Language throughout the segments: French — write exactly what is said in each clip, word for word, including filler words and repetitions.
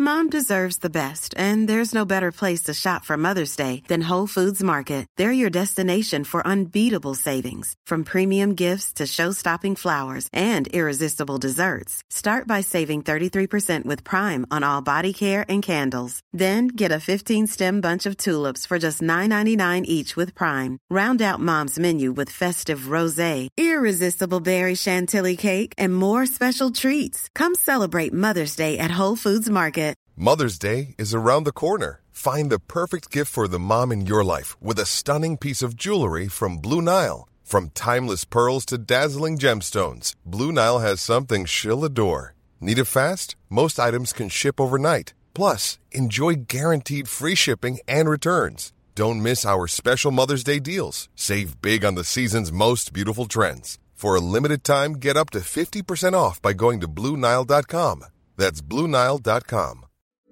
Mom deserves the best, and there's no better place to shop for Mother's Day than Whole Foods Market. They're your destination for unbeatable savings, from premium gifts to show-stopping flowers and irresistible desserts. Start by saving thirty-three percent with Prime on all body care and candles. Then get a fifteen-stem bunch of tulips for just nine ninety-nine each with Prime. Round out Mom's menu with festive rosé, irresistible berry chantilly cake, and more special treats. Come celebrate Mother's Day at Whole Foods Market. Mother's Day is around the corner. Find the perfect gift for the mom in your life with a stunning piece of jewelry from Blue Nile. From timeless pearls to dazzling gemstones, Blue Nile has something she'll adore. Need it fast? Most items can ship overnight. Plus, enjoy guaranteed free shipping and returns. Don't miss our special Mother's Day deals. Save big on the season's most beautiful trends. For a limited time, get up to fifty percent off by going to Blue Nile dot com. That's Blue Nile dot com.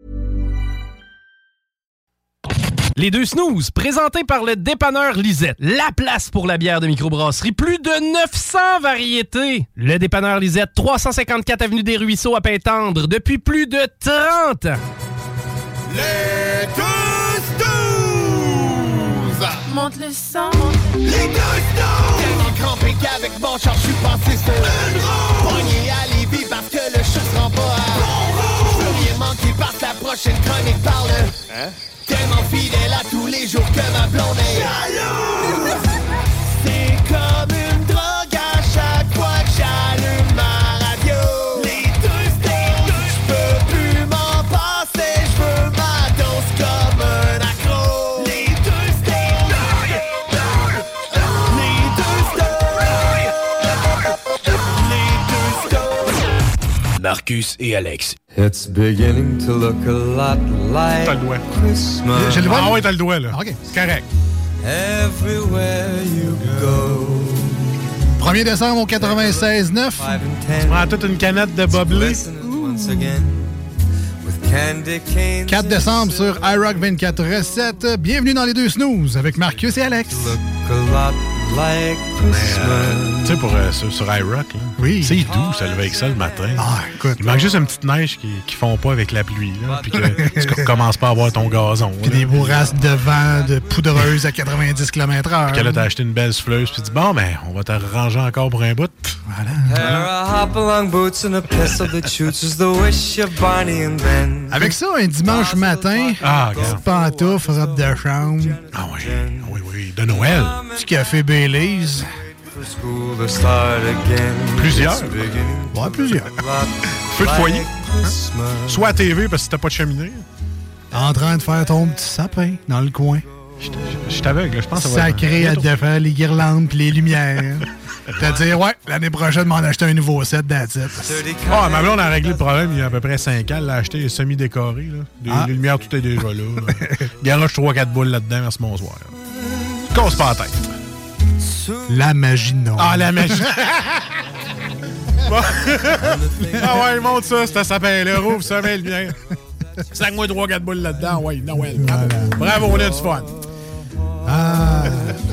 Les deux snooze, présentés par le dépanneur Lisette. La place pour la bière de microbrasserie. Plus de neuf cents variétés. Le dépanneur Lisette, trois cent cinquante-quatre avenue des Ruisseaux à Pintendre, depuis plus de trente ans. Les deux snooze! Monte le sang. Les deux snooze! Tellement crampé qu'avec mon char, je suis passé sur une roue. Pogné à Lévis parce que le chat se rend pas à bon roue. Je veux rien manquer parce que la prochaine chronique parle. Hein? Tellement fidèle à tous les jours que ma blonde est jalouse. C'est comme une drogue à chaque fois que j'allume ma radio. Les deux snooze, je peux plus m'en passer, je veux ma dose comme un accro. Les deux snooze, les deux snooze, les deux snooze. Marcus et Alex. It's beginning to look a lot like t'as le doigt. Christmas. J'ai le doigt? Ah ouais, t'as le doigt, là. OK. C'est correct. Everywhere you go. premier décembre au quatre-vingt-seize neuf. Tu prends toute une canette de boblé. quatre décembre sur iRock vingt-quatre sept. Bienvenue dans les deux snooze avec Marcus et Alex. Look a lot like Christmas. Euh, tu sais, pour, euh, sur, sur iRock, là, oui. C'est doux, ça lever avec ça le matin. Ah, écoute. Il manque juste une petite neige qui ne fond pas avec la pluie, là, puis que tu commences pas à avoir ton gazon. Puis des bourrasques de vent de poudreuse à quatre-vingt-dix kilomètres heure. Puis que là, t'as acheté une belle souffleuse, puis tu dis, bon, ben, on va te ranger encore pour un bout. Voilà. Avec ça, un dimanche matin, ah, petite pantoufle, robe de chambre. Ah oui, oui, oui, de Noël. Petit café Baileys. Plusieurs. Ouais, plusieurs. Feu de foyer. Hein? Soit à T V parce que t'as pas de cheminée. En train de faire ton petit sapin dans le coin. Je suis aveugle, je pense. Sacré à te faire les guirlandes puis les lumières. T'as dit, ouais, l'année prochaine, m'en acheter un nouveau set d'attitude. Ah, oh, ma blonde a réglé le problème il y a à peu près cinq ans. Elle l'a acheté semi-décoré. Là. Les, ah. les lumières, tout est déjà là. Garage trois quatre boules là-dedans, merci, bonsoir. Casse pas la tête. La magie de Noël. Ah, la magie. Ah ouais, monte ça, c'est un sapin-là. Rouvre ça, mets le mien. Sac-moi trois quatre boules là-dedans. Ouais, Noël. Bravo, voilà. Bravo, on a du fun. Ah.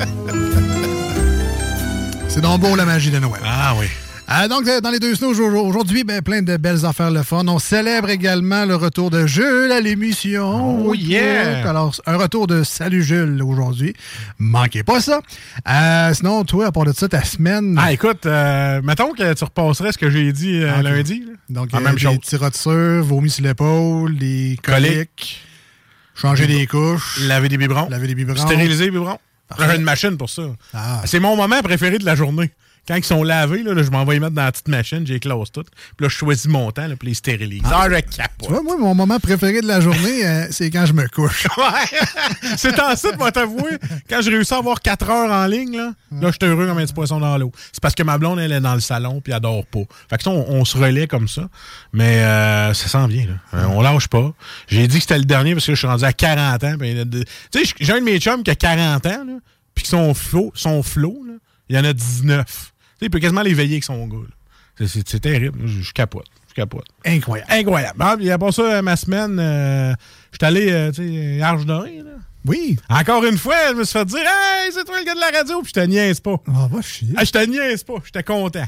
C'est donc beau, la magie de Noël. Ah oui. Euh, donc, dans les deux snooze aujourd'hui, ben, plein de belles affaires le fun. On célèbre également le retour de Jules à l'émission. Oh yeah! Alors, un retour de Salut Jules aujourd'hui. Manquez pas ça. Euh, sinon, toi, à part de ça, ta semaine... Ah, écoute, euh, mettons que tu repasserais ce que j'ai dit euh, okay. lundi. Là. Donc, ah, euh, même des chose. petits rotissures, vomi sur l'épaule, des coliques, coliques. Changer des couches. Laver des biberons. Laver des biberons. Stériliser les biberons. J'ai une machine pour ça. Ah. C'est mon moment préféré de la journée. Quand ils sont lavés, là, là, je m'en vais les mettre dans la petite machine, j'éclose tout. Puis là, je choisis mon temps, là, puis les stérilise. Ah, ah je capote. Tu vois, moi, mon moment préféré de la journée, euh, c'est quand je me couche. Ouais. C'est en ça, moi, t'avouer. Quand j'ai réussi à avoir quatre heures en ligne, là, mm. là je suis heureux comme un petit poisson dans l'eau. C'est parce que ma blonde, elle est dans le salon, puis elle dort pas. Fait que ça, on, on se relaie comme ça. Mais euh, ça s'en vient, là. Euh, on lâche pas. J'ai dit que c'était le dernier parce que je suis rendu à quarante ans. Tu sais, j'ai un de mes chums qui a quarante ans, là, puis qui sont flots, sont flots, là. Il y en a dix-neuf. Tu sais, il peut quasiment les veiller avec son gars. C'est, c'est, c'est terrible. Je, je capote. Je capote. Incroyable. Incroyable. Ah, puis après ça, ma semaine, euh, je suis allé, euh, tu sais, Arche Dorée, là. Oui. Encore une fois, je me suis fait dire, hey, c'est toi le gars de la radio, puis je te niaise pas. Ah, va chier. Ah, je te niaise pas. J'étais content.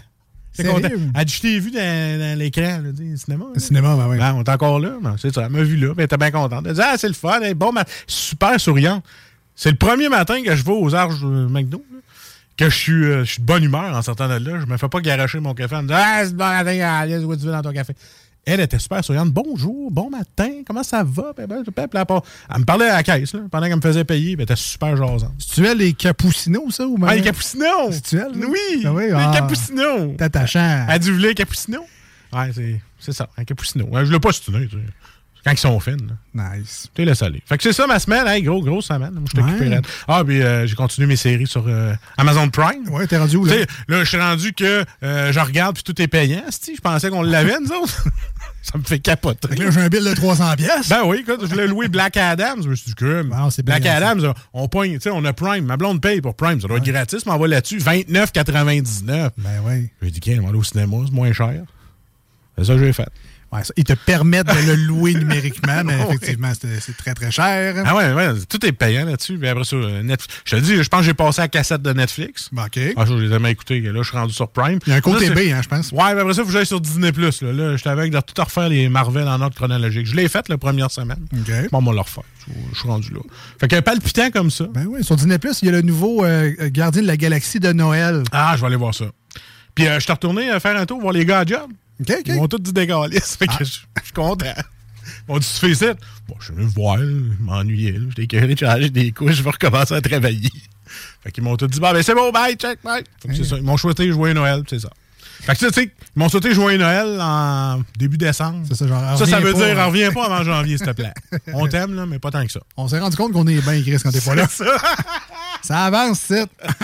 C'est content. Elle dit, je t'ai vu dans, dans l'écran, là, le cinéma. Le cinéma, ben oui. Ben, on est encore là. Ben, c'est ça, elle m'a vu là. Ben, elle était bien contente. Elle dit, ah, c'est le fun. Elle est bon, ben, super souriante. C'est le premier matin que je vais aux Arches de McDo, là, que je suis, euh, je suis de bonne humeur en sortant de là. Je me fais pas garocher mon café. Elle me dit, ah, c'est bon matin, Alice, où tu veux dans ton café? Elle était super souriante. Bonjour, bon matin, comment ça va? Elle me parlait à la caisse, là, pendant qu'elle me faisait payer. Elle était super jasante. C'est-tu elle, les Capucinos, ça? Ou ah, les Capucinos! C'est-tu elle? Oui! Ah oui, les ah, Capucinos! T'es attachant. Elle dit, vous voulez les Capucinos? Ouais, c'est, c'est ça, un Capucino. Je ne l'ai pas stuné, tu sais. Quand ils sont fines. Là. Nice. Tu laisses aller. Fait que c'est ça ma semaine. Hey, gros, grosse semaine. Moi, je suis occupé là. Ah, puis euh, j'ai continué mes séries sur euh, Amazon Prime. Ouais, t'es rendu où, là? T'sais, là, je suis rendu que euh, je regarde puis tout est payant. C'ti, je pensais qu'on l'avait, nous autres. Ça me fait capoter. Fait que là, j'ai un bill de trois cents piastres. Ben oui, écoute, je voulais louer Black Adam. Je me suis dit, que bon, c'est Black bien, Adam, ça. on pogne, tu sais, on a Prime. Ma blonde paye pour Prime. Ça doit ouais. être gratis, mais on va là-dessus. vingt-neuf quatre-vingt-dix-neuf. Ben oui. J'ai dit, on va aller au cinéma, c'est moins cher. C'est ça que j'ai fait. Ouais, ça, ils te permettent de le louer numériquement, mais effectivement, c'est, c'est très, très cher. Ah ouais, ouais, tout est payant là-dessus. Puis après ça, Netflix. Je te dis, je pense que j'ai passé à la cassette de Netflix. OK. Ah, je les ai jamais écoutés. Là, je suis rendu sur Prime. Il y a un côté là, B, hein, je pense. Ouais, mais après ça, il faut que j'aille sur Disney plus. Là, là j'étais avec de tout refaire les Marvel en ordre chronologique. Je l'ai fait la première semaine. OK. Bon, on va le refaire. Je suis rendu là. Fait qu'un palpitant comme ça. Ben oui, sur Disney plus, il y a le nouveau euh, Gardien de la Galaxie de Noël. Ah, je vais aller voir ça. Puis euh, je suis retourné faire un tour voir les gars à job. OK, OK. Ils m'ont tous dit des galisses. Fait que ah. je suis content. Ils m'ont dit, tu fais ça? Bon, je suis venu voir, là, je m'ennuyais. J'étais écœuré de changer des couches, je vais recommencer à travailler. Fait qu'ils m'ont tous dit, bah, ben c'est bon, bye, check, bye. Fait que c'est ça. Ils m'ont souhaité jouer Noël, c'est ça. Fait que tu sais, ils m'ont souhaité jouer Noël en début décembre. C'est ça, genre, ça, ça veut pas, dire, hein. reviens pas avant janvier, s'il te plaît. On t'aime, là, mais pas tant que ça. On s'est rendu compte qu'on est bien, Chris, quand t'es pas là. C'est ça. Ça avance, c'est.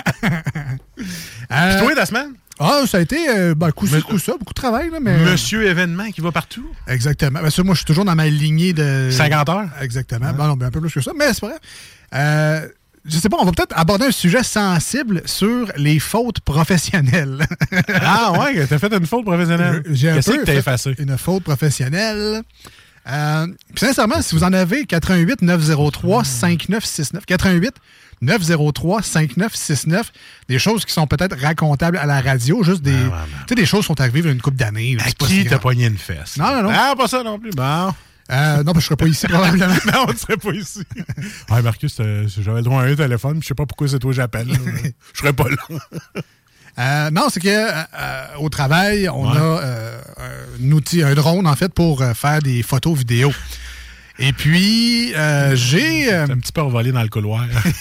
euh, Puis toi, ta semaine? Ah, ça a été, euh, ben, coup ci, coup ça, beaucoup de travail. Là, mais... Monsieur événement qui va partout. Exactement. Ben, ça, moi, je suis toujours dans ma lignée de... cinquante heures? Exactement. Ben, non, ben, un peu plus que ça, mais c'est pas vrai. Euh, je sais pas, on va peut-être aborder un sujet sensible sur les fautes professionnelles. Ah ouais, t'as fait une faute professionnelle. J'ai un Qu'est-ce peu que t'as effacé? Une faute professionnelle. Euh, puis sincèrement, si vous en avez, quatre un huit neuf zéro trois cinq neuf six neuf. quatre un huit neuf zéro trois cinq neuf six neuf. Des choses qui sont peut-être racontables à la radio, juste des, ah, ouais, tu sais, des choses qui sont arrivées il y a une couple d'années. À qui si t'as pogné une fesse? Non, non, non. Ah, pas ça non plus. Bon. Euh, non, parce que je serais pas ici probablement. Non, tu serais pas ici. Ah, Marcus, j'avais le droit à un téléphone, je sais pas pourquoi c'est toi que j'appelle. Je serais pas là. Euh, non, c'est que euh, au travail, on ouais. a euh, un outil, un drone, en fait, pour euh, faire des photos vidéo. Et puis, euh, j'ai... Euh, c'est un petit peu revolé dans le couloir.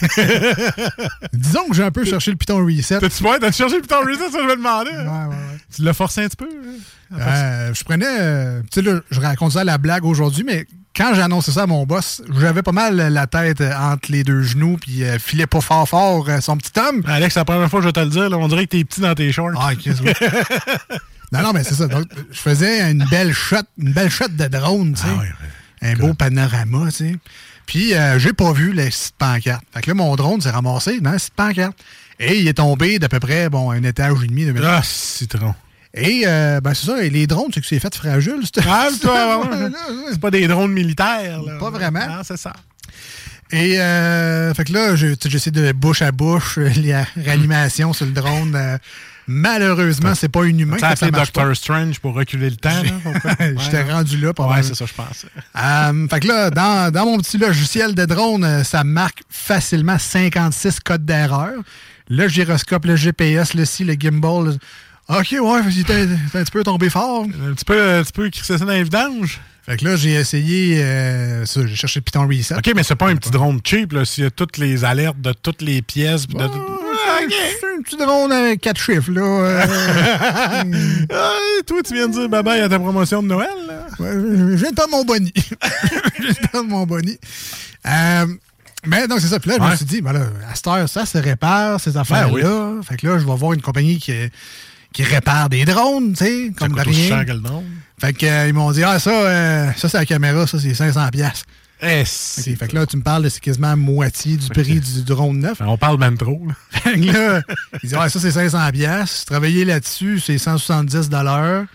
Disons que j'ai un peu cherché le Python Reset. T'as-tu ouais, t'as cherché le Python Reset, ça je me demandais. Ouais, ouais, ouais. Tu l'as forcé un petit peu? Hein? Euh, je prenais... Euh, tu sais, là, je raconte ça à la blague aujourd'hui, mais quand j'ai annoncé ça à mon boss, j'avais pas mal la tête entre les deux genoux, puis euh, filait pas fort fort euh, son petit homme. Alex, c'est la première fois que je vais te le dire, là, on dirait que t'es petit dans tes shorts. Ah, qu'est-ce que... Non, non, mais c'est ça. Donc, je faisais une belle shot, une belle shot de drone, tu sais. Ah, ouais, ouais. Un beau panorama, tu sais. Puis, euh, j'ai pas vu le site pancarte. Fait que là, mon drone s'est ramassé dans le site pancarte. Et il est tombé d'à peu près, bon, un étage et demi. De ah, citron. Et, euh, ben, c'est ça. Et les drones, c'est que c'est fait fragile. C'est, ah, c'est, pas, c'est pas des drones militaires, là. Pas vraiment. Ah, c'est ça. Et, euh, fait que là, j'ai, j'essaie de bouche à bouche, la réanimation sur le drone. Euh, Malheureusement, ouais. c'est pas une humain. Tu as appelé docteur Strange pour reculer le temps. J'étais ouais, rendu là. Ouais, c'est ça, je pense. Euh, fait que là, dans, dans mon petit logiciel de drone, ça marque facilement cinquante-six codes d'erreur. Le gyroscope, le G P S, le C, le gimbal. Le... OK, ouais, t'es un petit peu tombé fort. Un petit peu, un petit peu crisser ça dans les vidanges. Fait que là, j'ai essayé euh, ça, j'ai cherché Python Reset. OK, mais c'est pas un petit drone cheap, là, s'il y a toutes les alertes de toutes les pièces. De... Oh, okay. C'est un petit drone avec quatre chiffres, là. Euh... ah, toi, tu viens de dire bye-bye à ta promotion de Noël, là? Ouais, je viens de perdre mon boni. Je viens de perdre mon boni. Euh... Mais donc, c'est ça. Puis là, je ouais. me suis dit, ben là, à cette heure, ça se répare, ces affaires-là. Ben oui. Fait que là, je vais voir une compagnie qui, qui répare des drones, tu sais, comme de rien. Aussi cher que le drone. Fait qu'ils euh, m'ont dit, ah, ça, euh, ça, c'est la caméra, ça, c'est cinq cents piastres. Eh, okay, fait que là, tu me parles de c'est quasiment la moitié du prix du drone neuf. On parle même trop. Là. Fait que là, ils disent, ah, ça, c'est cinq cents piastres. Travailler là-dessus, c'est cent soixante-dix dollars.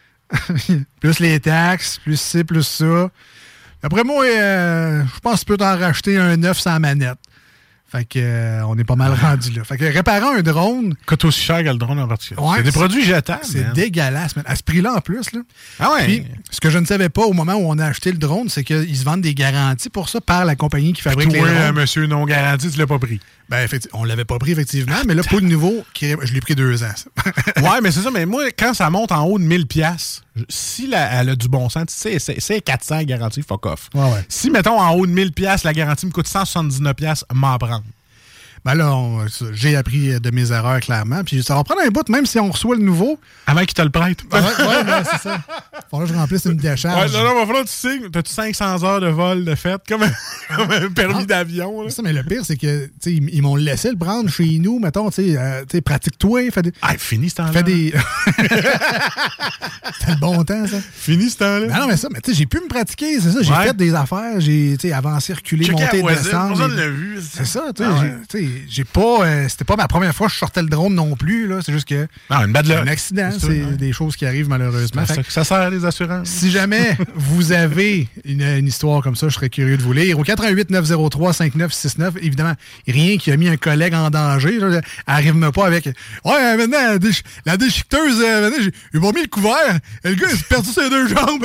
Plus les taxes, plus ci, plus ça. Après moi, euh, je pense que tu peux t'en racheter un neuf sans manette. Fait que euh, on est pas mal rendu là. Fait que réparer un drone... Coûte aussi cher que le drone en particulier. Ouais, c'est des produits jetables. C'est man. dégueulasse, man. À ce prix-là, en plus. Là. Ah ouais? Puis, ce que je ne savais pas au moment où on a acheté le drone, c'est qu'ils se vendent des garanties pour ça par la compagnie qui fabrique Puis toi, les drones. euh, monsieur non garanti, tu l'as pas pris. Ben, on l'avait pas pris, effectivement, mais là, pour le nouveau, je l'ai pris deux ans. Ouais, mais c'est ça. Mais moi, quand ça monte en haut de mille piastres, si la, elle a du bon sens, tu sais, c'est, c'est quatre cents garantie, fuck off. Ouais, ouais. Si, mettons, en haut de mille piastres, la garantie me coûte cent soixante-dix-neuf piastres, m'en prendre. Ben là, on, j'ai appris de mes erreurs, clairement. Puis ça va prendre un bout, même si on reçoit le nouveau. Avant qu'il te le prête. Ouais, ouais, ouais, c'est ça. Faudra que je remplisse une décharge. Ouais, non, non, va falloir que tu signes. T'as-tu cinq cents heures de vol de fête, comme un, comme un permis ah, d'avion. Là. Ça, mais le pire, c'est que ils, ils m'ont laissé le prendre chez nous. Mettons, tu sais, euh, pratique-toi. Fais des... Ah, fini ce temps-là. Fais des... C'était le bon temps, ça. Fini ce temps-là. Ben non, mais ça, mais tu sais, j'ai pu me pratiquer, c'est ça. J'ai ouais. fait des affaires. J'ai avancé, reculé, Checker monté, descendu. Personne l'a vu. C'est ça, tu sais. Ah, ouais. J'ai pas... Euh, c'était pas ma première fois que je sortais le drone non plus. Là. C'est juste que. Non, une bad luck. Un accident, c'est, c'est ouais. des choses qui arrivent malheureusement. Ça, ça sert à des assurances. Si jamais vous avez une, une histoire comme ça, je serais curieux de vous lire. Au quatre un huit neuf zéro trois cinq neuf six neuf, évidemment, rien qui a mis un collègue en danger. Là, arrive-moi pas avec. Ouais, maintenant, la déchiqueteuse, euh, j'ai, j'ai pas mis le couvert. Le gars, il s'est perdu ses deux jambes.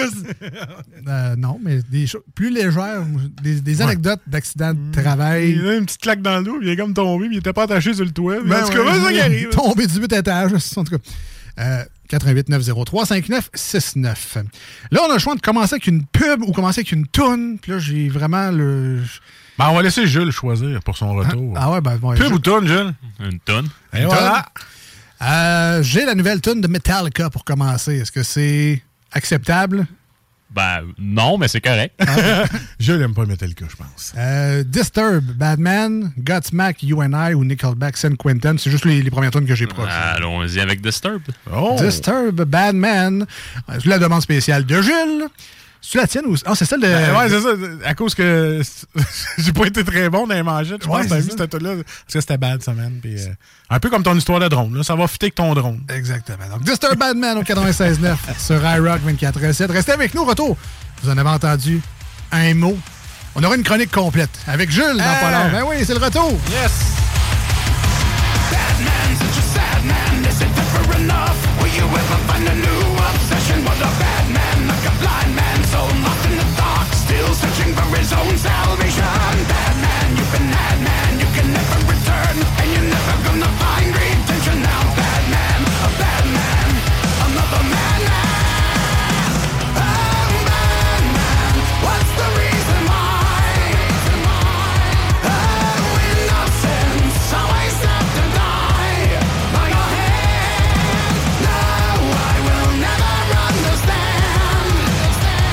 euh, non, mais des choses plus légères, des, des anecdotes ouais. d'accidents de travail. Il a une petite claque dans le dos, il est comme tombé, il était pas attaché sur le toit. Ben en tout cas, ouais, ça qui arrive. Tombé dix-huit étages, en tout cas. Euh, quatre un huit neuf zéro trois cinq neuf six neuf. Là, on a le choix de commencer avec une pub ou commencer avec une toune. Puis là, j'ai vraiment le... Ben, on va laisser Jules choisir pour son retour. Ah, ah ouais, ben... Bon, pub Jules... ou toune, Jules? Une toune. Et une voilà. Euh, j'ai la nouvelle toune de Metallica pour commencer. Est-ce que c'est acceptable? Ben, non, mais c'est correct. Ah. Je l'aime pas Metallica, je pense. Euh, Disturb, Badman, Godsmack, You and I ou Nickelback, San Quentin. C'est juste les, les premières tunes que j'ai proches. Allons-y avec Disturb. Oh. Disturb, Badman. C'est la demande spéciale de Jules. C'est la tienne ou... Ah, oh, c'est celle de... Ben, ouais, c'est ça. À cause que j'ai pas été très bon dans les manchettes. Je pense que t'as vu cette là parce que c'était bad, semaine. Puis, euh, un peu comme ton histoire de drone. Là. Ça va fitter avec ton drone. Exactement. Donc, Disturb Badman au quatre-vingt-seize neuf sur iRock vingt-quatre sept. Restez avec nous, retour. Vous en avez entendu un mot. On aura une chronique complète avec Jules dans ah. pas long. Ben oui, c'est le retour. Yes. Badman, such a sad man. Is it ever enough? Will you ever find a new obsession? What a bad man, like a blind man, so lost in the dark, still searching for his own salvation. Bad man, you've been mad man, you can never return, and you're never gonna find redemption now. Bad man, a bad man, another man now. Oh, bad man, what's the reason why? Oh, innocence, always have to die by your hand. No, I will never understand.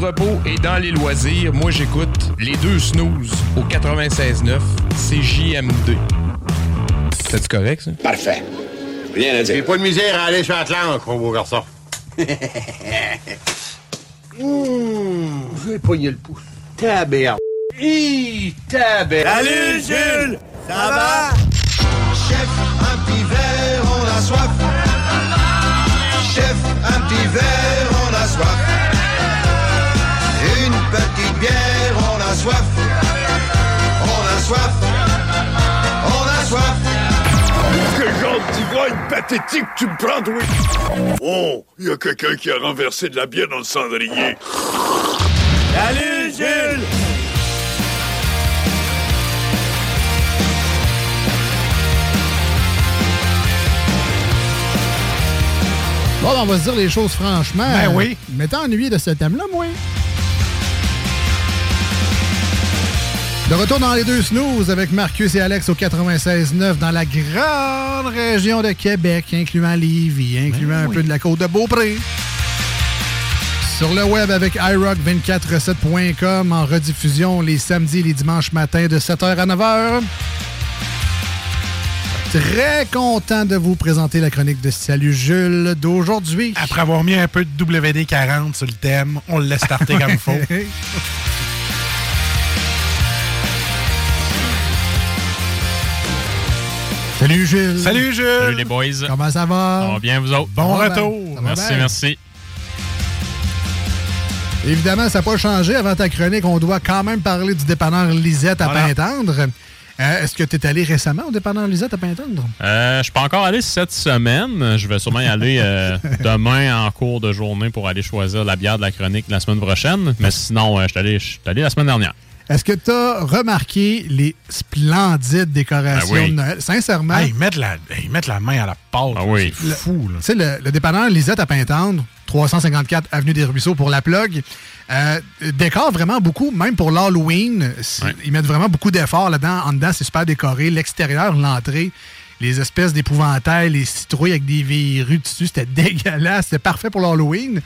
repos et dans les loisirs, moi j'écoute les deux snooze au quatre-vingt-seize neuf C J M D. C'est-tu correct, ça? Parfait. Rien à dire. J'ai pas de misère à aller sur Atlantique, mon beau garçon. Mmh, j'ai pogné le pouce. Tabère. Hi, tabère. Salut, Jules! Ça va? Chef, un petit verre, on a soif. Chef, un petit verre, on a soif. Une petite bière, on a soif. On a soif. On a soif. Quel genre d'ivrogne pathétique tu me prends, oui? Oh, il y a quelqu'un qui a renversé de la bière dans le cendrier. Salut, Jules! Bon, on va se dire les choses franchement. Ben oui. Je m'étais ennuyé de ce thème-là, moi. De retour dans les deux snooze avec Marcus et Alex au quatre-vingt-seize neuf dans la grande région de Québec, incluant Lévis, incluant ben un oui. peu de la Côte-de-Beaupré. Sur le web avec i rock vingt-quatre sept point com en rediffusion les samedis et les dimanches matins de sept heures à neuf heures. Très content de vous présenter la chronique de Salut Jules d'aujourd'hui. Après avoir mis un peu de W D quarante sur le thème, on le laisse starter comme il faut. Salut Jules. Salut Jules. Salut les boys. Comment ça va? Ça va bien, vous autres? Bon ça retour. Merci, merci. Évidemment, ça n'a pas changé. Avant ta chronique, on doit quand même parler du dépanneur Lisette à voilà. Pintendre. Euh, est-ce que tu es allé récemment au dépanneur Lisette à Pintendre? Euh, je ne suis pas encore allé cette semaine. Je vais sûrement y aller euh, demain en cours de journée pour aller choisir la bière de la chronique la semaine prochaine. Mais sinon, euh, je suis allé, allé la semaine dernière. Est-ce que tu as remarqué les splendides décorations ah oui. de Noël? Sincèrement. Ah, ils, mettent la, ils mettent la main à la pâte. Ah oui. C'est fou. Tu sais, le, le dépanneur Lisette à Pintendre, trois cent cinquante-quatre Avenue des Ruisseaux pour la plug, euh, décore vraiment beaucoup, même pour l'Halloween. Ouais. Ils mettent vraiment beaucoup d'efforts là-dedans. En dedans, c'est super décoré. L'extérieur, l'entrée, les espèces d'épouvantails, les citrouilles avec des verrues dessus, c'était dégueulasse. C'était parfait pour l'Halloween.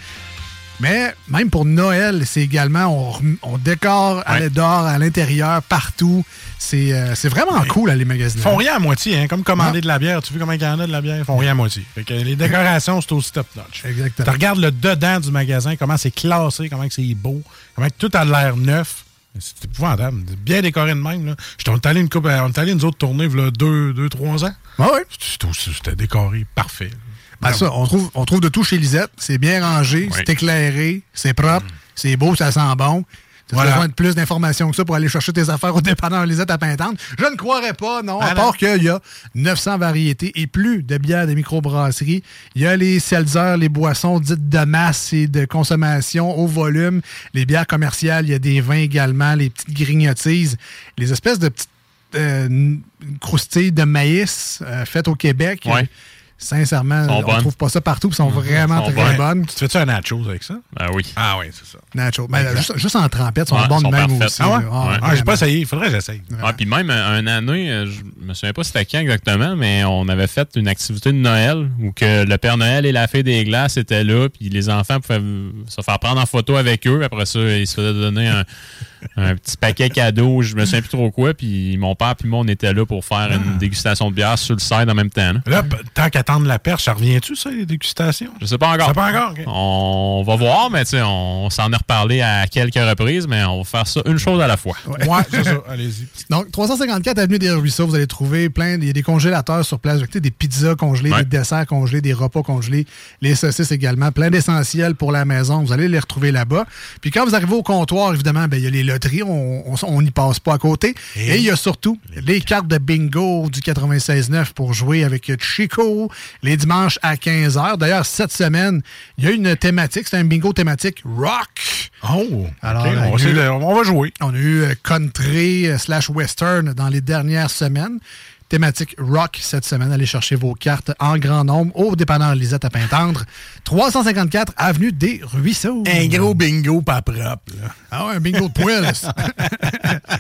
Mais même pour Noël, c'est également, on, on décore à ouais. dehors, à l'intérieur, partout. C'est, euh, c'est vraiment ouais. cool, à les magasins. Ils font rien à moitié, hein, comme commander ah. de la bière. Tu vois comment il y en a de la bière? Ils font rien à moitié. Fait que les décorations, c'est aussi top-notch. Exactement. Tu regardes le dedans du magasin, comment c'est classé, comment c'est beau, comment tout a l'air neuf. C'est épouvantable. Bien décoré de même. Là. On est allé une couple, on est allé une autre tournée, il y a deux, deux, trois ans. Ah oui? C'était, c'était décoré, parfait. Ben ça, on trouve, on trouve de tout chez Lisette. C'est bien rangé, oui. c'est éclairé, c'est propre, mm. c'est beau, ça sent bon. Tu as voilà. besoin de plus d'informations que ça pour aller chercher tes affaires au dépanneur Lisette à Pintendre. Je ne croirais pas, non, ben à part qu'il y a neuf cents variétés et plus de bières de microbrasserie. Il y a les seltzers, les boissons dites de masse et de consommation au volume, les bières commerciales, il y a des vins également, les petites grignotises, les espèces de petites euh, croustilles de maïs euh, faites au Québec. Ouais. Sincèrement, on bonnes. trouve pas ça partout, ils sont vraiment sont très bonnes. bonnes. Tu fais-tu un nachos avec ça? Ah oui. Ah oui, c'est ça. Nachos. Ben, juste, juste en trempette, ils sont ouais, bonnes sont même parfaites. aussi. Ah ouais? Ah, ouais. Ah, j'ai pas essayé, il faudrait que j'essaye. Ah, puis même un année, je me souviens pas c'était quand exactement, mais on avait fait une activité de Noël où que le Père Noël et la Fée des Glaces étaient là, puis les enfants pouvaient se faire prendre en photo avec eux. Après ça, ils se faisaient donner un, un petit paquet cadeau, je me souviens plus trop quoi, puis mon père puis moi, on était là pour faire une dégustation de bière sur le side en même temps. Là, là tant qu'attendre la perche, ça revient-tu, ça, les dégustations? Je sais pas encore. Je sais pas encore, okay. On va voir, mais tu sais, on s'en est reparlé à quelques reprises, mais on va faire ça une chose à la fois. Ouais, ouais c'est ça. Allez-y. Donc, trois cent cinquante-quatre Avenue des Ruisseaux, vous allez trouver plein, il y a des congélateurs sur place, des pizzas congelées, ouais. des desserts congelés, des repas congelés, les saucisses également, plein d'essentiels pour la maison, vous allez les retrouver là-bas. Puis quand vous arrivez au comptoir, évidemment, ben, il y a les loteries, on n'y passe pas à côté. Et, Et il y a surtout les, les cartes de bingo du quatre-vingt-seize neuf pour jouer avec Chico les dimanches à quinze heures. D'ailleurs, cette semaine, il y a une thématique, c'est un bingo thématique rock. Oh! Alors, okay, on, va eu, de, on va jouer. On a eu country slash western dans les dernières semaines. Thématique rock cette semaine. Allez chercher vos cartes en grand nombre au dépanneur Lisette à Pintendre. trois cent cinquante-quatre Avenue des Ruisseaux. Un gros bingo pas propre. Là. Ah ouais, un bingo de poils.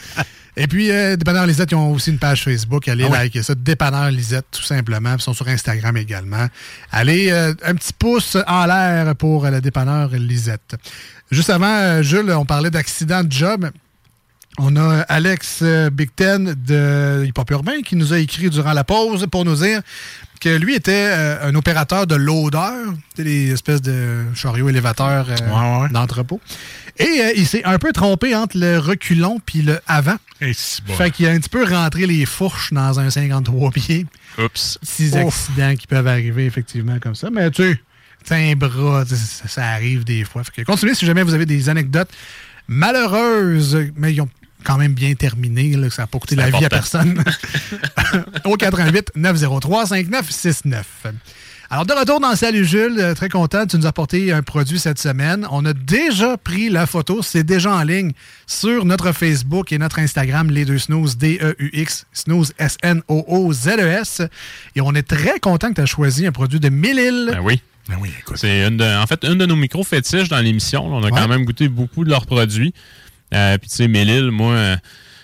Et puis, euh, Dépanneur Lisette, ils ont aussi une page Facebook. Allez Ah oui. liker ça. Dépanneur Lisette, tout simplement. Ils sont sur Instagram également. Allez, euh, un petit pouce en l'air pour euh, le Dépanneur Lisette. Juste avant, euh, Jules, on parlait d'accident de job. On a Alex euh, Big Ten de Hip Hop Urbain qui nous a écrit durant la pause pour nous dire que lui était euh, un opérateur de loader, les espèces de chariots élévateurs euh, ouais, ouais. d'entrepôt. Et euh, il s'est un peu trompé entre le reculon puis le avant. Et c'est bon. Fait qu'il a un petit peu rentré les fourches dans un cinquante-trois pieds. Oups. Petits Ouf. accidents qui peuvent arriver effectivement comme ça. Mais tu sais, c'est un bras, ça, ça arrive des fois. Fait que continuez si jamais vous avez des anecdotes malheureuses, mais ils ont quand même bien terminé, là, que ça n'a pas coûté C'est la important. vie à personne. Au quatre-vingt-huit neuf zéro trois cinquante-neuf soixante-neuf. Alors, de retour dans Salut Jules, euh, très content, tu nous as apporté un produit cette semaine. On a déjà pris la photo, c'est déjà en ligne sur notre Facebook et notre Instagram, les deux snooze, D E U X, snooze, S N O O Z E S. Et on est très content que tu as choisi un produit de Mille-Îles. Ben oui. Ben oui, écoute. C'est une de, en fait une de nos micros fétiches dans l'émission. On a Ouais. quand même goûté beaucoup de leurs produits. Euh, Puis tu sais, Mille-Îles, moi, euh,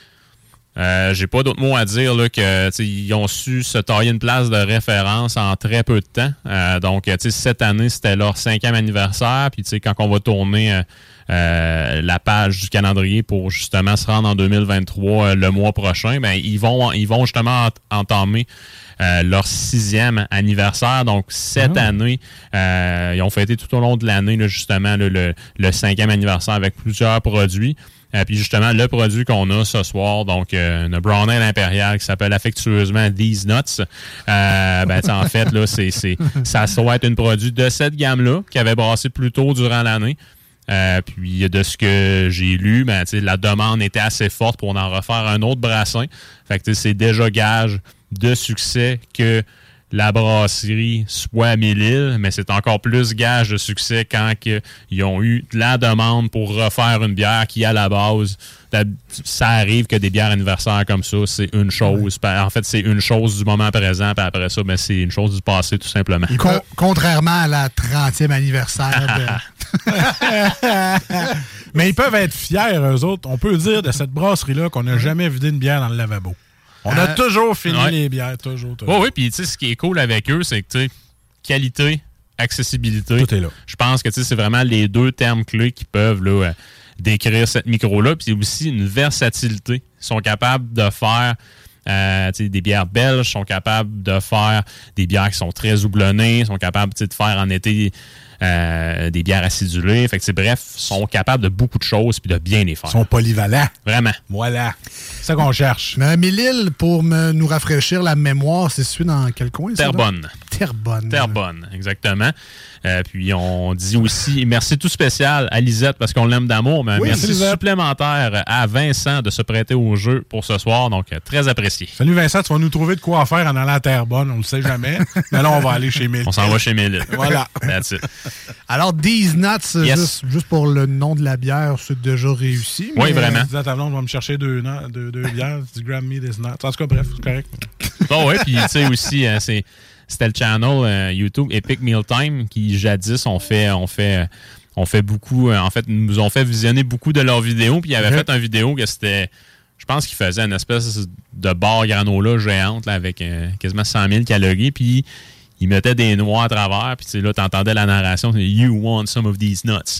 euh, j'ai pas d'autres mots à dire là, que tu sais, ils ont su se tailler une place de référence en très peu de temps. Euh, donc, tu sais, cette année, c'était leur cinquième anniversaire. Puis tu sais, quand on va tourner euh, euh, la page du calendrier pour justement se rendre en deux mille vingt-trois euh, le mois prochain, ben ils vont ils vont justement ent- entamer Euh, leur sixième anniversaire. Donc, cette Ah. année, euh, ils ont fêté tout au long de l'année, là, justement, là, le, le cinquième anniversaire avec plusieurs produits. Euh, puis, justement, le produit qu'on a ce soir, donc, euh, une brown ale impériale qui s'appelle affectueusement These Nuts. Euh, ben, en fait, là, c'est, c'est, ça doit être un produit de cette gamme-là qui avait brassé plus tôt durant l'année. Euh, puis de ce que j'ai lu, ben, la demande était assez forte pour en refaire un autre brassin. Fait que c'est déjà gage de succès que la brasserie soit à Mille-Îles, mais c'est encore plus gage de succès quand que ils ont eu de la demande pour refaire une bière qui, à la base, ça arrive que des bières anniversaires comme ça, c'est une chose. En fait, c'est une chose du moment présent, puis après ça, ben, c'est une chose du passé, tout simplement. Con- contrairement à la trentième anniversaire de... Mais ils peuvent être fiers, eux autres. On peut dire de cette brasserie-là qu'on n'a jamais vidé une bière dans le lavabo. On a Euh, toujours fini ouais. les bières, toujours. toujours. Oui, oui, puis tu sais, ce qui est cool avec eux, c'est que, tu sais, qualité, accessibilité. Tout est là. Je pense que, tu sais, c'est vraiment les deux termes clés qui peuvent, là, euh, décrire cette micro-là. Puis aussi une versatilité. Ils sont capables de faire euh, tu sais, des bières belges, sont capables de faire des bières qui sont très houblonnées, sont capables, tu sais, de faire en été euh, des bières acidulées. Fait que, tu sais, bref, sont capables de beaucoup de choses puis de bien les faire. Ils sont polyvalents. Vraiment. Voilà. C'est ça qu'on cherche. Mais Mille-Îles, pour me, nous rafraîchir la mémoire, c'est situé dans quel coin? ça, là? Terrebonne. Terrebonne. Terrebonne, exactement. Euh, puis on dit aussi merci tout spécial à Lisette parce qu'on l'aime d'amour, mais un Oui, merci Lisette. supplémentaire à Vincent de se prêter au jeu pour ce soir. Donc, euh, très apprécié. Salut Vincent, tu vas nous trouver de quoi faire en allant à Terrebonne, on le sait jamais. Mais là, on va aller chez Mille. On s'en va chez Mille. Voilà. That's it. Alors, These Nuts, Yes. juste, juste pour le nom de la bière, c'est déjà réussi. Oui, mais- vraiment. Tu dis à ta blonde, on va me chercher deux, na- deux, deux bières. Tu dis, grab me this nut. En tout cas, bref, c'est correct. Bon, ouais, puis tu sais aussi, euh, c'est, c'était le channel euh, YouTube Epic Mealtime qui jadis ont fait, ont fait, euh, ont fait beaucoup, euh, en fait, nous ont fait visionner beaucoup de leurs vidéos. Puis ils avaient Okay. fait une vidéo que c'était, je pense qu'ils faisaient une espèce de barre granola géante là, avec euh, quasiment cent mille calories. Puis ils mettaient des noix à travers. Puis tu sais, là, t'entendais la narration, c'est You want some of these nuts.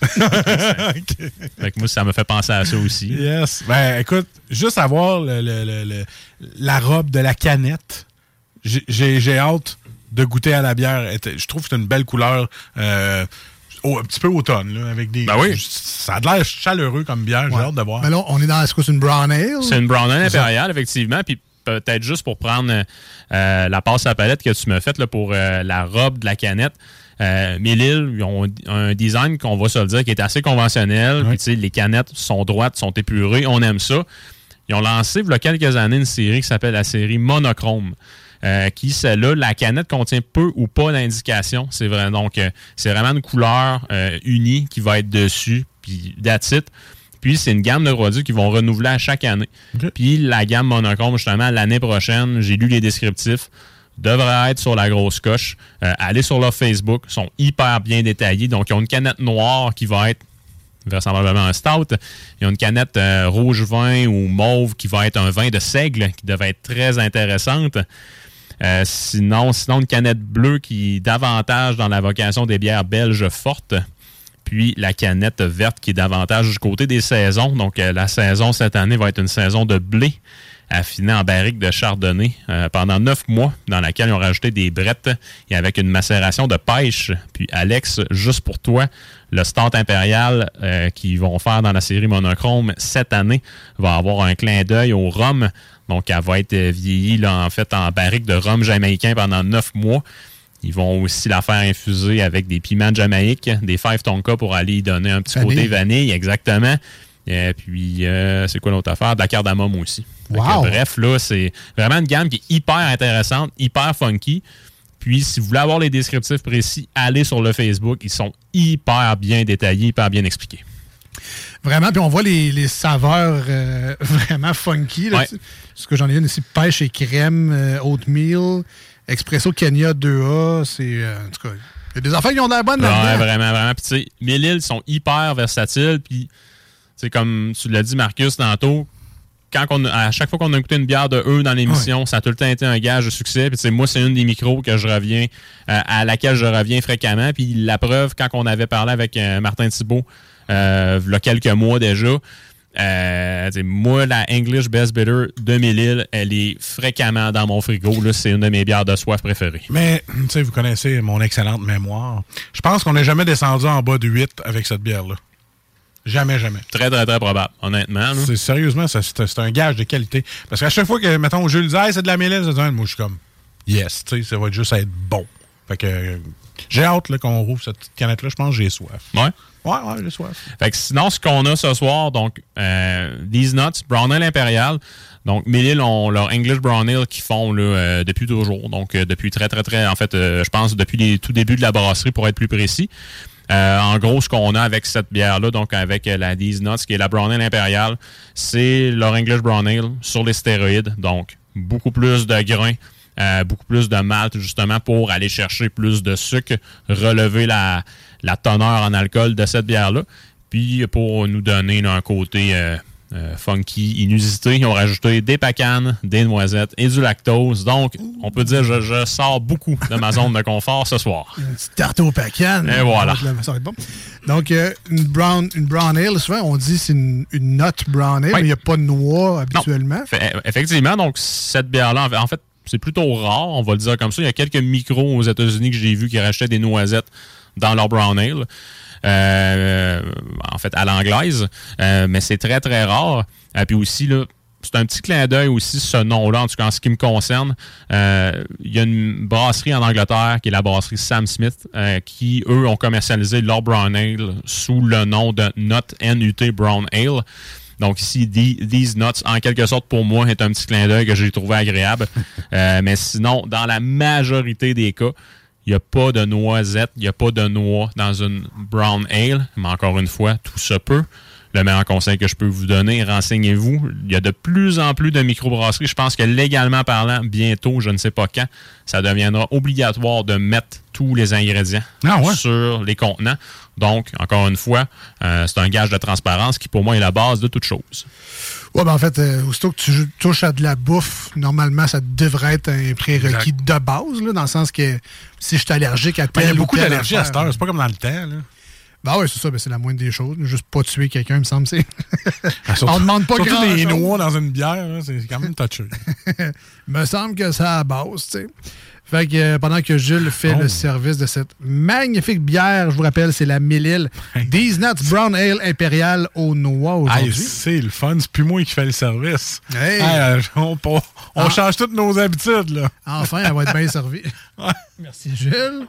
OK. Fait que moi, ça me fait penser à ça aussi. Yes. Ben, écoute, juste avoir le, le, le, le- la robe de la canette, j'ai- j'ai j'ai hâte de goûter à la bière. Je trouve que c'est une belle couleur, euh, au- un petit peu automne, là, avec des... Ben oui. Ça a l'air chaleureux comme bière, j'ai Ouais. hâte de voir. Mais là, on est dans... Est-ce que c'est une brown ale? C'est une brown ale C'est ça. impériale, effectivement. Puis peut-être juste pour prendre euh, la passe à palette que tu m'as faite là, pour euh, la robe de la canette. Euh, Mille-Îles, ils ont un design qu'on va se le dire qui est assez conventionnel. Ouais. Puis tu sais, les canettes sont droites, sont épurées. On aime ça. Ils ont lancé il y a quelques années une série qui s'appelle la série Monochrome. Euh, qui, celle-là, la canette contient peu ou pas d'indication. C'est vrai, donc, euh, c'est vraiment une couleur euh, unie qui va être dessus, puis that's it. Puis, c'est une gamme de produits qui vont renouveler à chaque année. Okay. Puis, la gamme Monochrome, justement, l'année prochaine, j'ai lu les descriptifs, devrait être sur la grosse coche. Euh, allez sur leur Facebook, ils sont hyper bien détaillés. Donc, ils ont une canette noire qui va être vraisemblablement un stout. Ils ont une canette euh, rouge vin ou mauve qui va être un vin de seigle, qui devait être très intéressante. Euh, sinon, sinon, une canette bleue qui est davantage dans la vocation des bières belges fortes. Puis la canette verte qui est davantage du côté des saisons. Donc, euh, la saison cette année va être une saison de blé affiné en barrique de chardonnay euh, pendant neuf mois, dans laquelle ils ont rajouté des brettes et avec une macération de pêche. Puis Alex, juste pour toi, le stout impérial euh, qu'ils vont faire dans la série monochrome cette année va avoir un clin d'œil au rhum. Donc, elle va être vieillie là, en fait en barrique de rhum jamaïcain pendant neuf mois. Ils vont aussi la faire infuser avec des piments de Jamaïque, des fèves tonka pour aller y donner un petit vanille. Côté vanille, exactement. Et puis, euh, c'est quoi l'autre affaire? De la cardamome aussi. Wow. Que, bref, là, c'est vraiment une gamme qui est hyper intéressante, hyper funky. Puis, si vous voulez avoir les descriptifs précis, allez sur le Facebook. Ils sont hyper bien détaillés, hyper bien expliqués. Vraiment, puis on voit les, les saveurs euh, vraiment funky. Là, ouais. Ce que j'en ai une ici, pêche et crème, euh, oatmeal, Expresso Kenya deux A. C'est, euh, en tout cas, il y a des affaires qui ont de la bonne là-dedans. Ouais, vraiment, vraiment. Puis, tu sais, mille îles sont hyper versatiles. Puis, c'est comme tu l'as dit, Marcus, tantôt, quand on, à chaque fois qu'on a écouté une bière de eux dans l'émission, ouais. ça a tout le temps été un gage de succès. Puis, moi, c'est une des micros que je reviens, euh, à laquelle je reviens fréquemment. Puis, la preuve, quand on avait parlé avec euh, Martin Thibault, euh, il y a quelques mois déjà, euh, moi, la English Best Bitter de mille îles, elle est fréquemment dans mon frigo. Là, c'est une de mes bières de soif préférées. Mais, tu sais, vous connaissez mon excellente mémoire. Je pense qu'on n'est jamais descendu en bas de huit avec cette bière-là. Jamais, jamais. Très, très, très probable, honnêtement. C'est, sérieusement, c'est, c'est un gage de qualité. Parce qu'à chaque fois que, mettons, je lui dis, hey, c'est de la mille îles, moi, je suis comme, yes, tu sais, ça va juste être bon. Fait que, euh, j'ai hâte là, qu'on rouvre cette petite canette-là. Je pense que j'ai soif. Ouais. Ouais, ouais, j'ai soif. Fait que sinon, ce qu'on a ce soir, donc, euh, These Nuts, Brown Ale Impérial. Donc, mille îles ont leur English Brown Ale qu'ils font là, euh, depuis toujours. Donc, euh, depuis très, très, très, en fait, euh, je pense depuis les tout débuts de la brasserie, pour être plus précis. Euh, en gros, ce qu'on a avec cette bière-là, donc avec la These Nuts, qui est la Brown Ale Impériale, c'est leur English Brown Ale sur les stéroïdes. Donc, beaucoup plus de grains, euh, beaucoup plus de malt, justement, pour aller chercher plus de sucre, relever la, la teneur en alcool de cette bière-là. Puis, pour nous donner là, un côté euh, euh, funky, inusité, ils ont rajouté des pacanes, des noisettes et du lactose. Donc, on peut dire que je, je sors beaucoup de ma zone de confort ce soir. Une petite tarte aux pacanes. Et voilà. Ça va être bon. Donc, euh, une, brown, une brown ale, souvent, on dit que c'est une, une nut brown ale, oui. mais il n'y a pas de noix habituellement. Non. Effectivement, donc, cette bière-là, en fait, c'est plutôt rare, on va le dire comme ça. Il y a quelques micros aux États-Unis que j'ai vus qui rachetaient des noisettes dans leur brown ale. Euh, en fait, à l'anglaise. Euh, mais c'est très, très rare. Euh, puis aussi, là, c'est un petit clin d'œil aussi, ce nom-là, en tout cas en ce qui me concerne. Euh, il y a une brasserie en Angleterre, qui est la brasserie Sam Smith, euh, qui, eux, ont commercialisé leur brown ale sous le nom de Nut N U T Brown Ale. Donc ici, These Nuts, en quelque sorte, pour moi, est un petit clin d'œil que j'ai trouvé agréable. euh, mais sinon, dans la majorité des cas, il n'y a pas de noisettes, il n'y a pas de noix dans une brown ale. Mais encore une fois, tout se peut. Le meilleur conseil que je peux vous donner, renseignez-vous. Il y a de plus en plus de microbrasseries. Je pense que légalement parlant, bientôt, je ne sais pas quand, ça deviendra obligatoire de mettre tous les ingrédients ah ouais. sur les contenants. Donc, encore une fois, euh, c'est un gage de transparence qui, pour moi, est la base de toute chose. Oui, ben en fait, euh, aussitôt que tu touches à de la bouffe, normalement, ça devrait être un prérequis exact. De base, là, dans le sens que si je suis allergique à tel ben, il y a ou beaucoup tel d'allergies affaire, à cette heure, c'est pas comme dans le temps, là. Ben oui, c'est ça, ben c'est la moindre des choses. Juste pas tuer quelqu'un, il me semble. C'est... Ah, surtout, on demande pas surtout grand les chose. noix dans une bière, là, c'est quand même touché. me semble que c'est à la base, tu sais. Fait que euh, pendant que Jules fait oh. le service de cette magnifique bière, je vous rappelle, c'est la mille îles These Nuts Brown Ale Impériale aux noix aujourd'hui. Hey, c'est le fun, c'est plus moi qui fais le service. Hey. Hey, on on ah. change toutes nos habitudes, là. Enfin, elle va être bien servie. Ouais. Merci, Jules.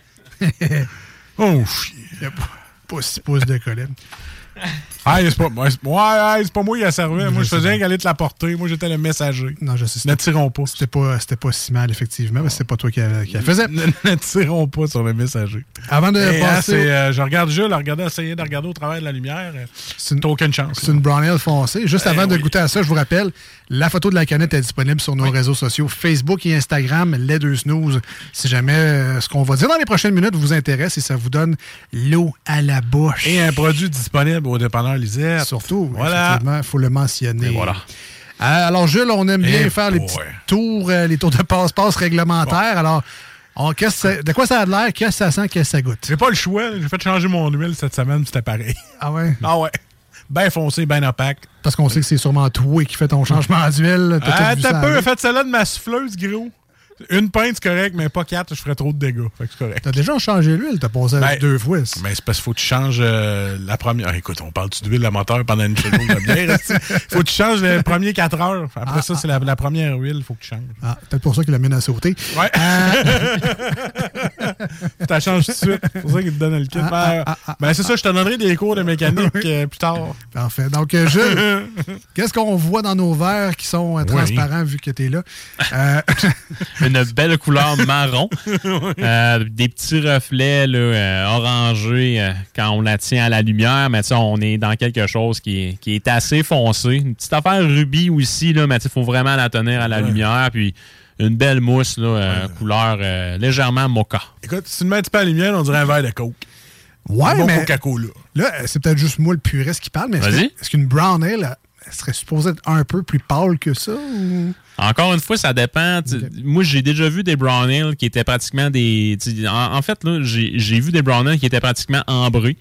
Oh, chier. Il y a pas, pas six pouces de colline. Hey, c'est pas, ouais, c'est, ouais, c'est pas moi qui a servi. Moi, je faisais rien qu'aller te la porter. Moi, j'étais le messager. Non, je sais. Ne tirons pas. C'était pas, c'était pas si mal, effectivement, mais c'était pas toi qui la, qui la faisais. Ne, ne tirons pas sur le messager. Avant de hey, passer... Hein, c'est, euh, je regarde Jules, regarder, essayer de regarder au travers de la lumière. C'est une, t'as aucune chance. C'est là. Une brown ale foncée. Juste hey, avant oui. de goûter à ça, je vous rappelle, la photo de la canette est disponible sur nos oui. réseaux sociaux, Facebook et Instagram, les deux snooze. Si jamais euh, ce qu'on va dire dans les prochaines minutes vous intéresse et ça vous donne l'eau à la bouche. Et un produit disponible disponible au dépanneur Lisette. Surtout, voilà. effectivement, il faut le mentionner. Et voilà. Euh, alors, Jules, on aime bien Et faire les boy. petits tours, euh, les tours de passe-passe réglementaires. Bon. Alors, on, qu'est-ce que ça, de quoi ça a l'air? Qu'est-ce que ça sent? Qu'est-ce que ça goûte? J'ai pas le choix. J'ai fait changer mon huile cette semaine, c'était pareil. Ah ouais? Ah ouais. Ben foncé, ben opaque. Parce qu'on sait que c'est sûrement toi qui fais ton changement d'huile. Ah, t'as peu fait celle-là de ma souffleuse, gros. Une pinte, c'est correct, mais pas quatre, je ferais trop de dégâts. Fait que c'est correct. T'as déjà changé l'huile, t'as passé ben, deux fois. Mais c'est parce qu'il faut que tu changes euh, la première. Ah, écoute, on parle-tu d'huile de moteur pendant une seconde de bière. Faut que tu changes les premiers quatre heures. Après ah, ça, c'est ah, la, la première huile, il faut que tu changes. Ah, peut-être pour ça qu'il la mène à sauter. Ouais. Euh... tu la changes tout de suite. C'est pour ça qu'il te donne le kit. Ah, ben, ah, ah, ben c'est ah, ça, je te donnerai des cours de mécanique euh, plus tard. Parfait. Donc, euh, Jules, qu'est-ce qu'on voit dans nos verres qui sont euh, transparents oui. vu que t'es là? Euh... Une belle couleur marron. euh, des petits reflets là, euh, orangés euh, quand on la tient à la lumière, mais on est dans quelque chose qui est, qui est assez foncé. Une petite affaire rubis aussi, là, mais il faut vraiment la tenir à la ouais. lumière. Puis une belle mousse, là, euh, ouais. couleur euh, légèrement mocha. Écoute, si tu ne mets pas à la lumière, on dirait un verre de coke. Ouais, un bon mais Coca-Cola. Là, c'est peut-être juste moi le puriste qui parle, mais est-ce, que, est-ce qu'une brown ale elle serait supposée être un peu plus pâle que ça? Ou... Encore une fois, ça dépend. Okay. Moi, j'ai déjà vu des brown ale qui étaient pratiquement des... En, en fait, là, j'ai, j'ai vu des brown ale qui étaient pratiquement ambrés.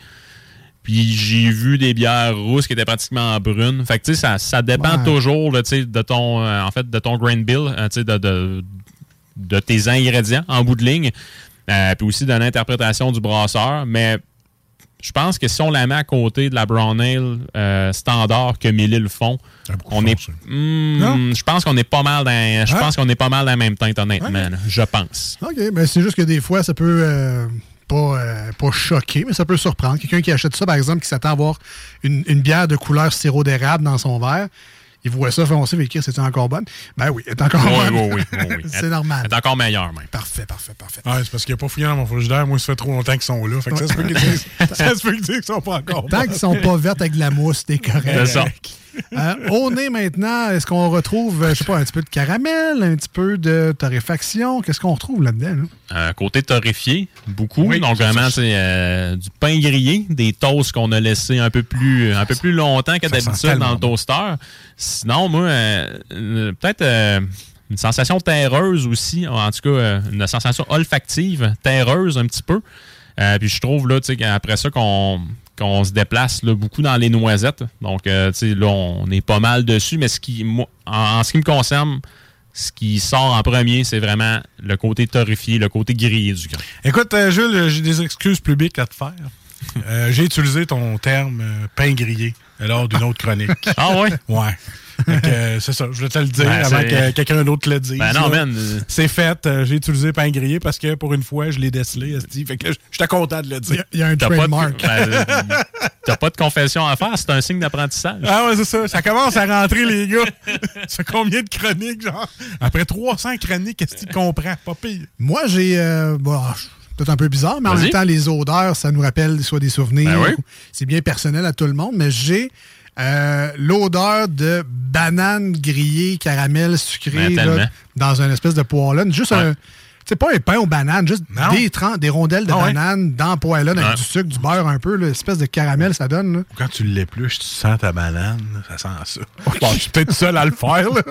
Puis j'ai vu des bières rousses qui étaient pratiquement brunes. Fait que, tu sais, ça, ça dépend ouais. toujours là, de ton, euh, en fait, de ton grain bill, euh, de, de, de tes ingrédients en bout de ligne. Euh, puis aussi de l'interprétation du brasseur. Mais je pense que si on la met à côté de la brown ale euh, standard que Mille font, on est, hmm, je pense qu'on est pas mal dans, je hein? pense qu'on est pas mal dans la même teinte, honnêtement. Okay. Là, je pense. OK, ben c'est juste que des fois, ça peut euh, pas, euh, pas choquer, mais ça peut surprendre. Quelqu'un qui achète ça, par exemple, qui s'attend à avoir une, une bière de couleur sirop d'érable dans son verre, il voit ça foncé, mais c'est encore bonne? Ben oui, elle est encore oui, bonne. Oui, oui, oui, oui. C'est normal. Elle est encore meilleure, même. Parfait, parfait, parfait. Ouais, c'est parce qu'il n'y a pas fouillé dans mon frigidaire. Moi, ça fait trop longtemps qu'ils sont là. Fait que ça se peut qu'ils disent, ça se peut qu'ils disent qu'ils sont pas encore Tant qu'ils sont pas vertes avec de la mousse, t'es correct. C'est ça. Euh, au nez, maintenant, est-ce qu'on retrouve, je sais pas, un petit peu de caramel, un petit peu de torréfaction? Qu'est-ce qu'on retrouve là-dedans? Là? Euh, côté torréfié, beaucoup. Oui, donc, vraiment, c'est euh, du pain grillé, des toasts qu'on a laissés un peu plus, un peu plus longtemps que d'habitude dans le toaster. Sinon, moi, euh, peut-être euh, une sensation terreuse aussi, en tout cas, euh, une sensation olfactive, terreuse un petit peu. Euh, puis je trouve, là, tu sais, après ça, qu'on... qu'on se déplace là, beaucoup dans les noisettes. Donc, euh, tu sais, là, on est pas mal dessus, mais ce qui, moi, en, en ce qui me concerne, ce qui sort en premier, c'est vraiment le côté torréfié, le côté grillé du grain. Écoute, euh, Jules, j'ai des excuses publiques à te faire. Euh, j'ai utilisé ton terme euh, pain grillé lors d'une autre chronique. Ah ouais? Ouais. Donc, euh, c'est ça, je voulais te le dire ben, avant c'est... que quelqu'un d'autre le dise. Ben non, man. C'est fait, euh, j'ai utilisé pain grillé parce que pour une fois, je l'ai décelé. Fait que j'étais content de le dire. Il y a un t'as trademark. Pas de... ben, t'as pas de confession à faire, c'est un signe d'apprentissage. Ah ouais, c'est ça. Ça commence à rentrer, les gars. C'est combien de chroniques, genre? Après trois cents chroniques, qu'est-ce qu'il comprend? Pas pire. Moi, j'ai... Euh, bon, peut-être un peu bizarre, mais Vas-y. En même temps, les odeurs, ça nous rappelle soit des souvenirs. Ben oui. C'est bien personnel à tout le monde, mais j'ai... Euh, l'odeur de banane grillée, caramel sucré là, dans une espèce de poêlonne. Juste ouais. un. C'est pas un pain aux bananes, juste des, trans, des rondelles de ah banane ouais. dans la poêlonne avec ouais. du sucre, du beurre un peu, l'espèce de caramel, ça donne. Là. Quand tu l'épluches, tu sens ta banane, ça sent ça. Bon, je suis peut-être seul à le faire. Là.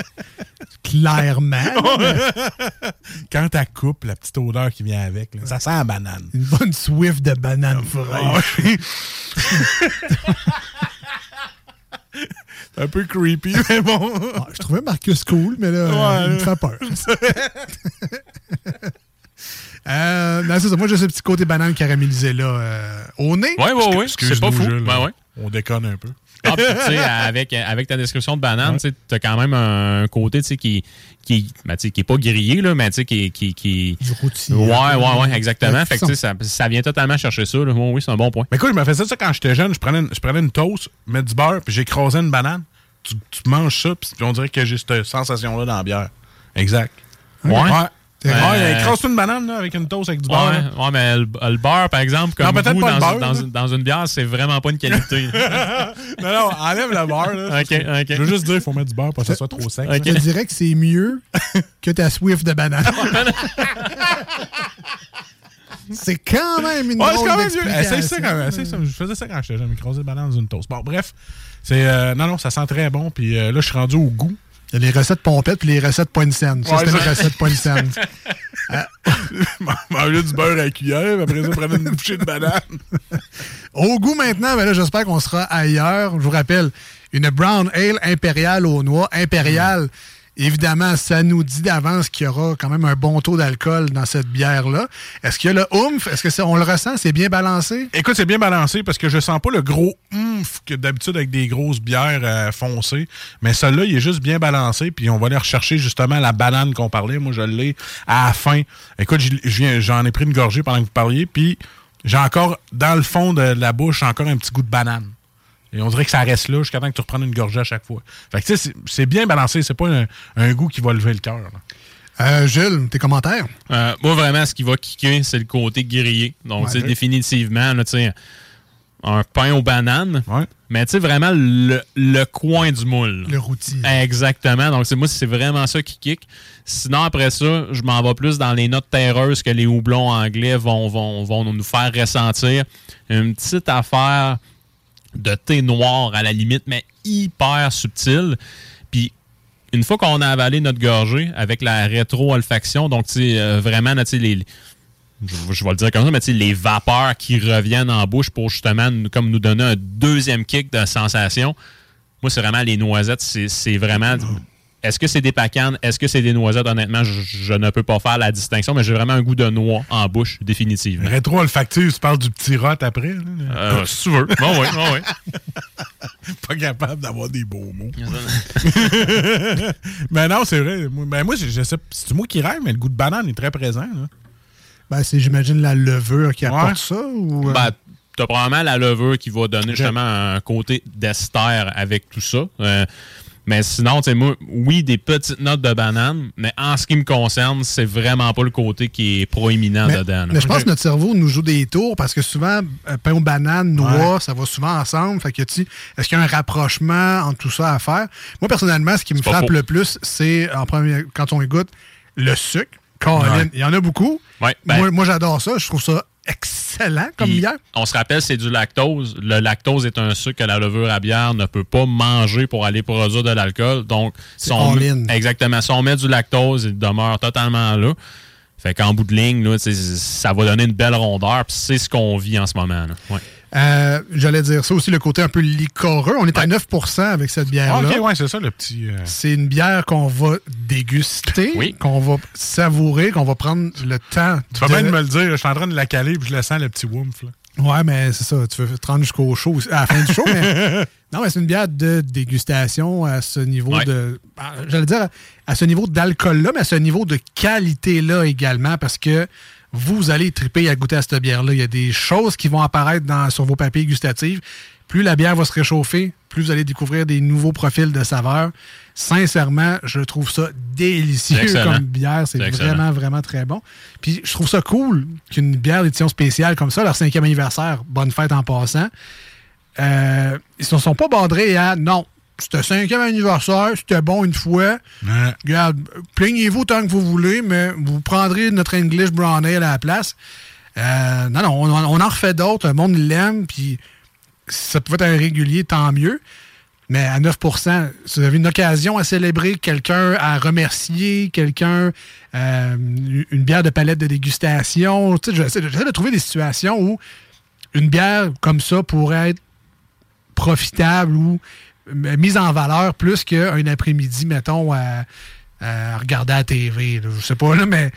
Clairement. Quand tu coupes, la petite odeur qui vient avec, là, ça sent la banane. Une bonne Swift de banane fraîche. C'est un peu creepy, mais bon. Ah, je trouvais Marcus cool, mais là, ouais, il me fait peur. euh, non, c'est ça. Moi, j'ai ce petit côté banane caramélisé là euh, au nez. Oui, oui, oui. C'est pas fou. Ben, ouais. On déconne un peu. Ah, puis, tu sais, avec, avec ta description de banane, ouais. tu as quand même un côté, tu sais, qui, qui, ben, qui est pas grillé, là, mais tu sais, qui, qui, qui... Du rôti. Ouais, ouais, ouais, exactement. Fait que, tu sais, ça, ça vient totalement chercher ça, là. Oui, c'est un bon point. Mais écoute, je me faisais ça quand j'étais jeune. Je prenais, une, je prenais une toast, mettre du beurre, puis j'écrasais une banane. Tu, tu manges ça, puis on dirait que j'ai cette sensation-là dans la bière. Exact. Ouais. Ouais. Euh... Ouais, écrase une banane là, avec une toast avec du beurre. Ouais, ouais mais le, le beurre, par exemple, comme non, goût dans, beurre, dans, dans une bière, c'est vraiment pas une qualité. non, non, enlève le beurre. Là, okay, okay. Je veux juste dire qu'il faut mettre du beurre pour que ça soit trop sec. Okay. Je dirais que c'est mieux que ta Swift de banane. C'est quand même une ouais, drôle c'est quand même mieux. d'explication. Essaye ça quand même. Essaye ça. Je faisais ça quand j'étais jeune, m'écraser des bananes dans une toast. Bon, bref. C'est, euh, non, non, ça sent très bon. Puis euh, là, je suis rendu au goût. Il y a les recettes pompettes puis les recettes poigne scène. Ça, Ouais, c'était ça. les recettes poigne scène. Manger du beurre à la cuillère, puis après ça, prendre une bouchée de banane. Au goût maintenant, ben là, j'espère qu'on sera ailleurs. Je vous rappelle, une Brown Ale impériale aux noix. Impériale, mm. évidemment, ça nous dit d'avance qu'il y aura quand même un bon taux d'alcool dans cette bière-là. Est-ce qu'il y a le oomph? Est-ce que c'est, on le ressent? C'est bien balancé? Écoute, c'est bien balancé parce que je sens pas le gros oomph que d'habitude avec des grosses bières euh, foncées. Mais celle-là, il est juste bien balancé. Puis on va aller rechercher justement la banane qu'on parlait. Moi, je l'ai à la fin. Écoute, je viens, j'en ai pris une gorgée pendant que vous parliez. Puis j'ai encore, dans le fond de la bouche, encore un petit goût de banane. Et on dirait que ça reste là jusqu'à temps que tu reprennes une gorgée à chaque fois. Fait que tu sais, c'est, c'est bien balancé. C'est pas un, un goût qui va lever le cœur. Euh, Jules, tes commentaires? Euh, moi, vraiment, ce qui va kicker, c'est le côté grillé. Donc, ouais, c'est oui. définitivement, là, tu sais, un pain aux bananes. Ouais. Mais tu sais, vraiment, le, le coin du moule. Le rôti. Exactement. Donc, c'est, moi, c'est vraiment ça qui kick. Sinon, après ça, je m'en vais plus dans les notes terreuses que les houblons anglais vont, vont, vont nous faire ressentir. Une petite affaire de thé noir, à la limite, mais hyper subtil. Puis, une fois qu'on a avalé notre gorgée avec la rétro-olfaction, donc, tu sais, euh, vraiment, tu sais, les... Je, je vais le dire comme ça, mais tu sais, les vapeurs qui reviennent en bouche pour justement nous, comme nous donner un deuxième kick de sensation. Moi, c'est vraiment les noisettes. C'est, c'est vraiment... Est-ce que c'est des pacanes? Est-ce que c'est des noisettes? Honnêtement, je, je ne peux pas faire la distinction, mais j'ai vraiment un goût de noix en bouche, définitivement. Rétro-olfactif, tu parles du petit rot après? Là, euh, si tu veux. Bon, oui, bon, oui. Pas capable d'avoir des beaux mots. Mais non, c'est vrai. Ben, moi, je, je sais, c'est moi qui rêve, mais le goût de banane est très présent. Là. Ben, c'est, j'imagine, la levure qui apporte ouais. ça? Ou, euh... ben, t'as probablement la levure qui va donner justement un côté d'ester avec tout ça. Euh, mais sinon, tu sais, moi, oui, des petites notes de banane, mais en ce qui me concerne, c'est vraiment pas le côté qui est proéminent mais, dedans. Là. Mais je pense que notre cerveau nous joue des tours parce que souvent, euh, pain aux bananes, noix, ouais. ça va souvent ensemble. Fait que, tu est-ce qu'il y a un rapprochement entre tout ça à faire? Moi, personnellement, ce qui me frappe le plus, c'est, en premier, quand on y goûte, le sucre. Colin, ouais. il y en a beaucoup. Ouais, ben, moi, moi, j'adore ça. Je trouve ça excellent comme bière. On se rappelle, c'est du lactose. Le lactose est un sucre que la levure à bière ne peut pas manger pour aller produire de l'alcool. Donc, si on, exactement, si on met du lactose, il demeure totalement là. Fait qu'en bout de ligne, là, ça va donner une belle rondeur. Puis c'est ce qu'on vit en ce moment. Là. Ouais. Euh, j'allais dire ça aussi, le côté un peu liquoreux. On est ouais. à neuf pour cent avec cette bière-là. OK, ouais, c'est ça le petit... Euh... C'est une bière qu'on va déguster, oui. qu'on va savourer, qu'on va prendre le temps. Tu vas de... bien de me le dire, je suis en train de la caler puis je le sens, le petit woomph. Là. Ouais, mais c'est ça, tu veux te rendre jusqu'au show, à la fin du show, mais... Non, mais c'est une bière de dégustation à ce niveau ouais. de... J'allais dire à ce niveau d'alcool-là, mais à ce niveau de qualité-là également, parce que vous allez triper à goûter à cette bière-là. Il y a des choses qui vont apparaître dans, sur vos papilles gustatives. Plus la bière va se réchauffer, plus vous allez découvrir des nouveaux profils de saveurs. Sincèrement, je trouve ça délicieux comme bière. C'est, c'est vraiment, excellent. vraiment très bon. Puis je trouve ça cool qu'une bière d'édition spéciale comme ça, leur cinquième anniversaire, bonne fête en passant, euh, ils ne se sont pas badrés à « non, c'était cinquième anniversaire, c'était bon une fois. Ouais. Regarde, plaignez-vous tant que vous voulez, mais vous prendrez notre English Brown Ale à la place. Euh, non, non, on, on en refait d'autres. Le monde l'aime, puis ça peut être un régulier, tant mieux. Mais à neuf pour cent, si vous avez une occasion à célébrer quelqu'un, à remercier quelqu'un, euh, une bière de palette de dégustation, tu sais, j'essaie, j'essaie de trouver des situations où une bière comme ça pourrait être profitable ou mise en valeur plus qu'un après-midi, mettons, à, à regarder à la T V. Là. Je sais pas, là, mais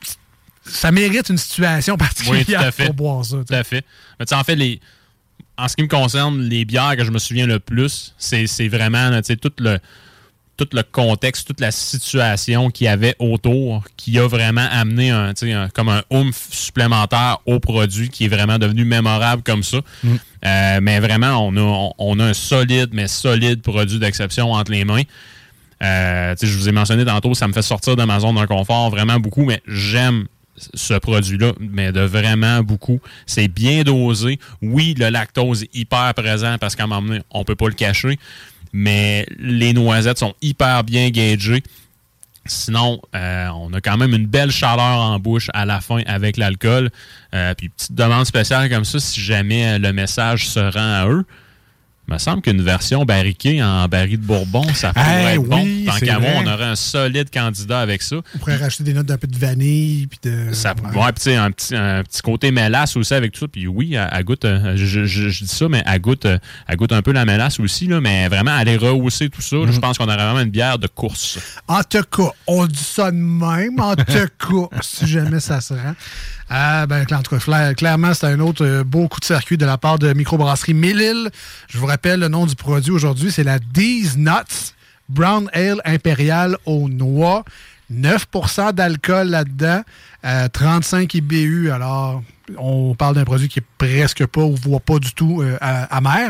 ça mérite une situation particulière oui, pour boire ça. Tout à fait. Mais en fait, les, en ce qui me concerne, les bières que je me souviens le plus, c'est, c'est vraiment là, tout le tout le contexte, toute la situation qu'il y avait autour qui a vraiment amené un, un, comme un oomph supplémentaire au produit qui est vraiment devenu mémorable comme ça. Mm. Euh, mais vraiment, on a, on, on a un solide, mais solide produit d'exception entre les mains. Euh, je vous ai mentionné tantôt, ça me fait sortir de ma zone d'inconfort vraiment beaucoup, mais j'aime ce produit-là, mais de vraiment beaucoup. C'est bien dosé. Oui, le lactose est hyper présent parce qu'à un moment donné, on peut pas le cacher. Mais les noisettes sont hyper bien gagées. Sinon, euh, on a quand même une belle chaleur en bouche à la fin avec l'alcool. Euh, puis, petite demande spéciale comme ça, si jamais le message se rend à eux, il me semble qu'une version barriquée en baril de Bourbon, ça pourrait hey, être oui, bon. Tant c'est qu'à moi, vrai. on aurait un solide candidat avec ça. On pourrait racheter des notes d'un peu de vanille. Puis de... Ça, ouais. ouais, puis tu sais, un petit, un petit côté mélasse aussi avec tout ça. Puis oui, elle, elle goûte, euh, je, je, je dis ça, mais elle goûte, euh, elle goûte un peu la mélasse aussi, là, mais vraiment, aller rehausser tout ça, là, Mm. je pense qu'on aurait vraiment une bière de course. En tout cas, on dit ça de même, en tout cas, si jamais ça se rend. Ah, ben, en tout cas, clairement, c'est un autre euh, beau coup de circuit de la part de Microbrasserie Mille-Îles. Je vous rappelle le nom du produit aujourd'hui, c'est la These Nuts Brown Ale Impériale aux noix. neuf pour cent d'alcool là-dedans, euh, trente-cinq I B U. Alors, on parle d'un produit qui est presque pas ou voit pas du tout euh, amer.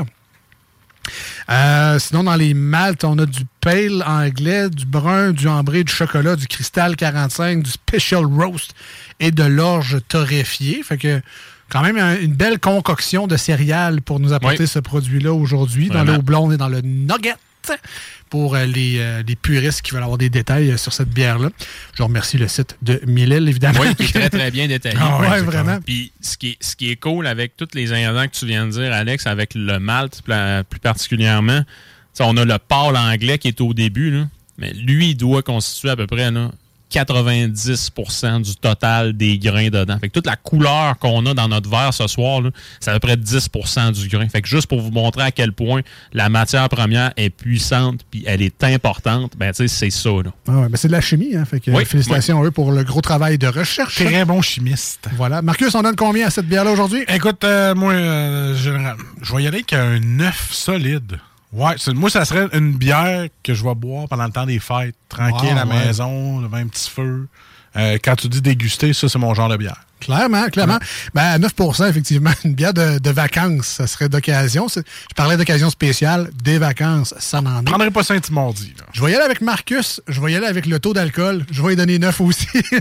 Euh, sinon, dans les maltes, on a du pale anglais, du brun, du ambré, du chocolat, du cristal quarante-cinq, du special roast et de l'orge torréfiée. Fait que, quand même, un, une belle concoction de céréales pour nous apporter oui. ce produit-là aujourd'hui, dans l'eau blonde et dans le nugget. Pour euh, les, euh, les puristes qui veulent avoir des détails euh, sur cette bière-là. Je remercie le site de Mille-Îles, évidemment. Oui, qui est très, très bien détaillé. Ah, ouais, vraiment. Puis ce qui, est, ce qui est cool avec tous les ingrédients que tu viens de dire, Alex, avec le malt plus particulièrement, on a le pâle anglais qui est au début, là, mais lui, il doit constituer à peu près là, quatre-vingt-dix pour cent du total des grains dedans. Fait que toute la couleur qu'on a dans notre verre ce soir, là, c'est à peu près dix pour cent du grain. Fait que juste pour vous montrer à quel point la matière première est puissante puis elle est importante, ben tu sais, c'est ça. Là. Ah ouais, ben c'est de la chimie, hein? Fait que oui, félicitations oui. à eux pour le gros travail de recherche. Très bon chimiste. Voilà. Marcus, on donne combien à cette bière-là aujourd'hui? Écoute, euh, moi, euh, général, je vais y aller avec un neuf solide. Ouais, moi, ça serait une bière que je vais boire pendant le temps des fêtes. Tranquille wow, à la ouais. maison, devant un petit feu. Euh, quand tu dis déguster, ça, c'est mon genre de bière. Clairement, clairement. Ben, à neuf pour cent, effectivement, une bière de, de vacances, ça serait d'occasion. Je parlais d'occasion spéciale, des vacances, ça n'en est. Je prendrais pas ça un petit mardi. Là. Je vais y aller avec Marcus, je vais y aller avec le taux d'alcool, je vais y donner neuf aussi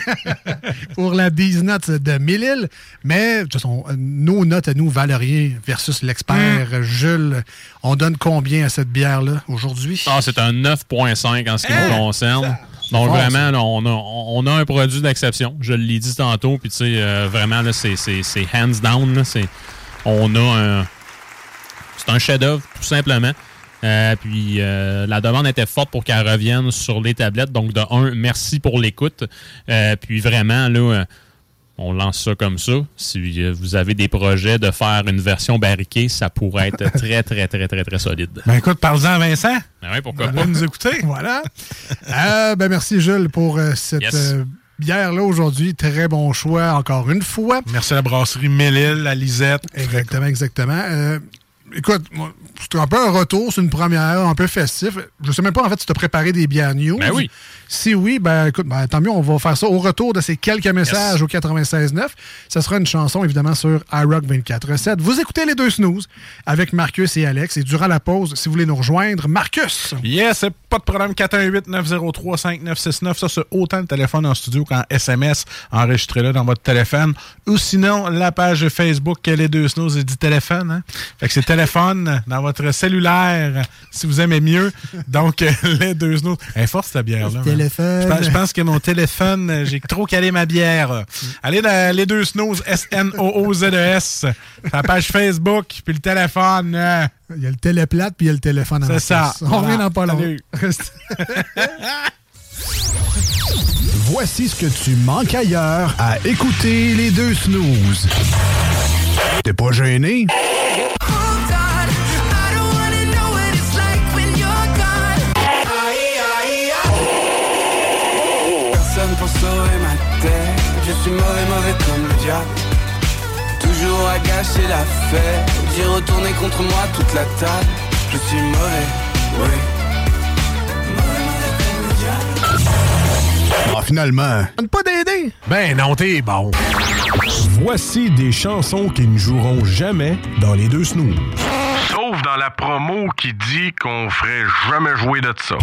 pour la These Nuts de Mille-Îles. Mais, de toute façon, nos notes à nous valent rien versus l'expert mm. Jules. On donne combien à cette bière-là aujourd'hui? Ah, c'est un neuf virgule cinq en ce qui hey, nous concerne. Ça... Donc, bon, vraiment, là, on, a, on a un produit d'exception. Je l'ai dit tantôt. Puis, tu sais, euh, vraiment, là, c'est, c'est, c'est hands down. Là, c'est, on a un... C'est un chef-d'œuvre, tout simplement. Euh, puis, euh, la demande était forte pour qu'elle revienne sur les tablettes. Donc, de un, merci pour l'écoute. Euh, puis, vraiment, là... Euh, on lance ça comme ça. Si vous avez des projets de faire une version barriquée, ça pourrait être très, très, très, très, très solide. Ben écoute, parle-en à Vincent. Ben oui, pourquoi pas nous écouter. Voilà. euh, ben merci, Jules, pour euh, cette yes. euh, bière-là aujourd'hui. Très bon choix, encore une fois. Merci à la brasserie Mille-Îles, à Lisette. Exactement, exactement. Euh, écoute, c'est un peu un retour, c'est une première, un peu festif. Je sais même pas, en fait, si tu as préparé des bières news. Ben oui. Si oui, ben écoute, ben, tant mieux, on va faire ça au retour de ces quelques messages yes. au quatre-vingt-seize neuf. Ça sera une chanson, évidemment, sur iRock vingt-quatre sept. Vous écoutez les deux snooze avec Marcus et Alex. Et durant la pause, si vous voulez nous rejoindre, Marcus! Yes, pas de problème. quatre un huit neuf zéro trois cinq neuf six neuf. Ça, c'est autant le téléphone en studio qu'en S M S. Enregistrez-le dans votre téléphone. Ou sinon, la page Facebook Les deux snooze, dit téléphone. Hein? Fait que c'est téléphone dans votre cellulaire, si vous aimez mieux. Donc, Les deux snooze. Elle est forte, cette bière-là. Téléphone. Je pense, je pense que mon téléphone, j'ai trop calé ma bière. Allez dans Les deux snooze, S N O O Z E S. La page Facebook, puis le téléphone. Euh... Il y a le téléplate, puis il y a le téléphone en C'est ça. On voilà. revient dans pas long. Voici ce que tu manques ailleurs à écouter Les deux snooze. T'es pas gêné? Pour sauver ma tête, je suis mauvais, mauvais comme le diable. Toujours à gâcher la fête, j'ai retourné contre moi toute la table. Je suis mauvais, oui. Mauvais, mauvais comme le diable. Ah, finalement. Pas d'aider. Ben non, t'es bon. Voici des chansons qui ne joueront jamais dans Les deux snooze. Sauf dans la promo qui dit qu'on ferait jamais jouer de ça.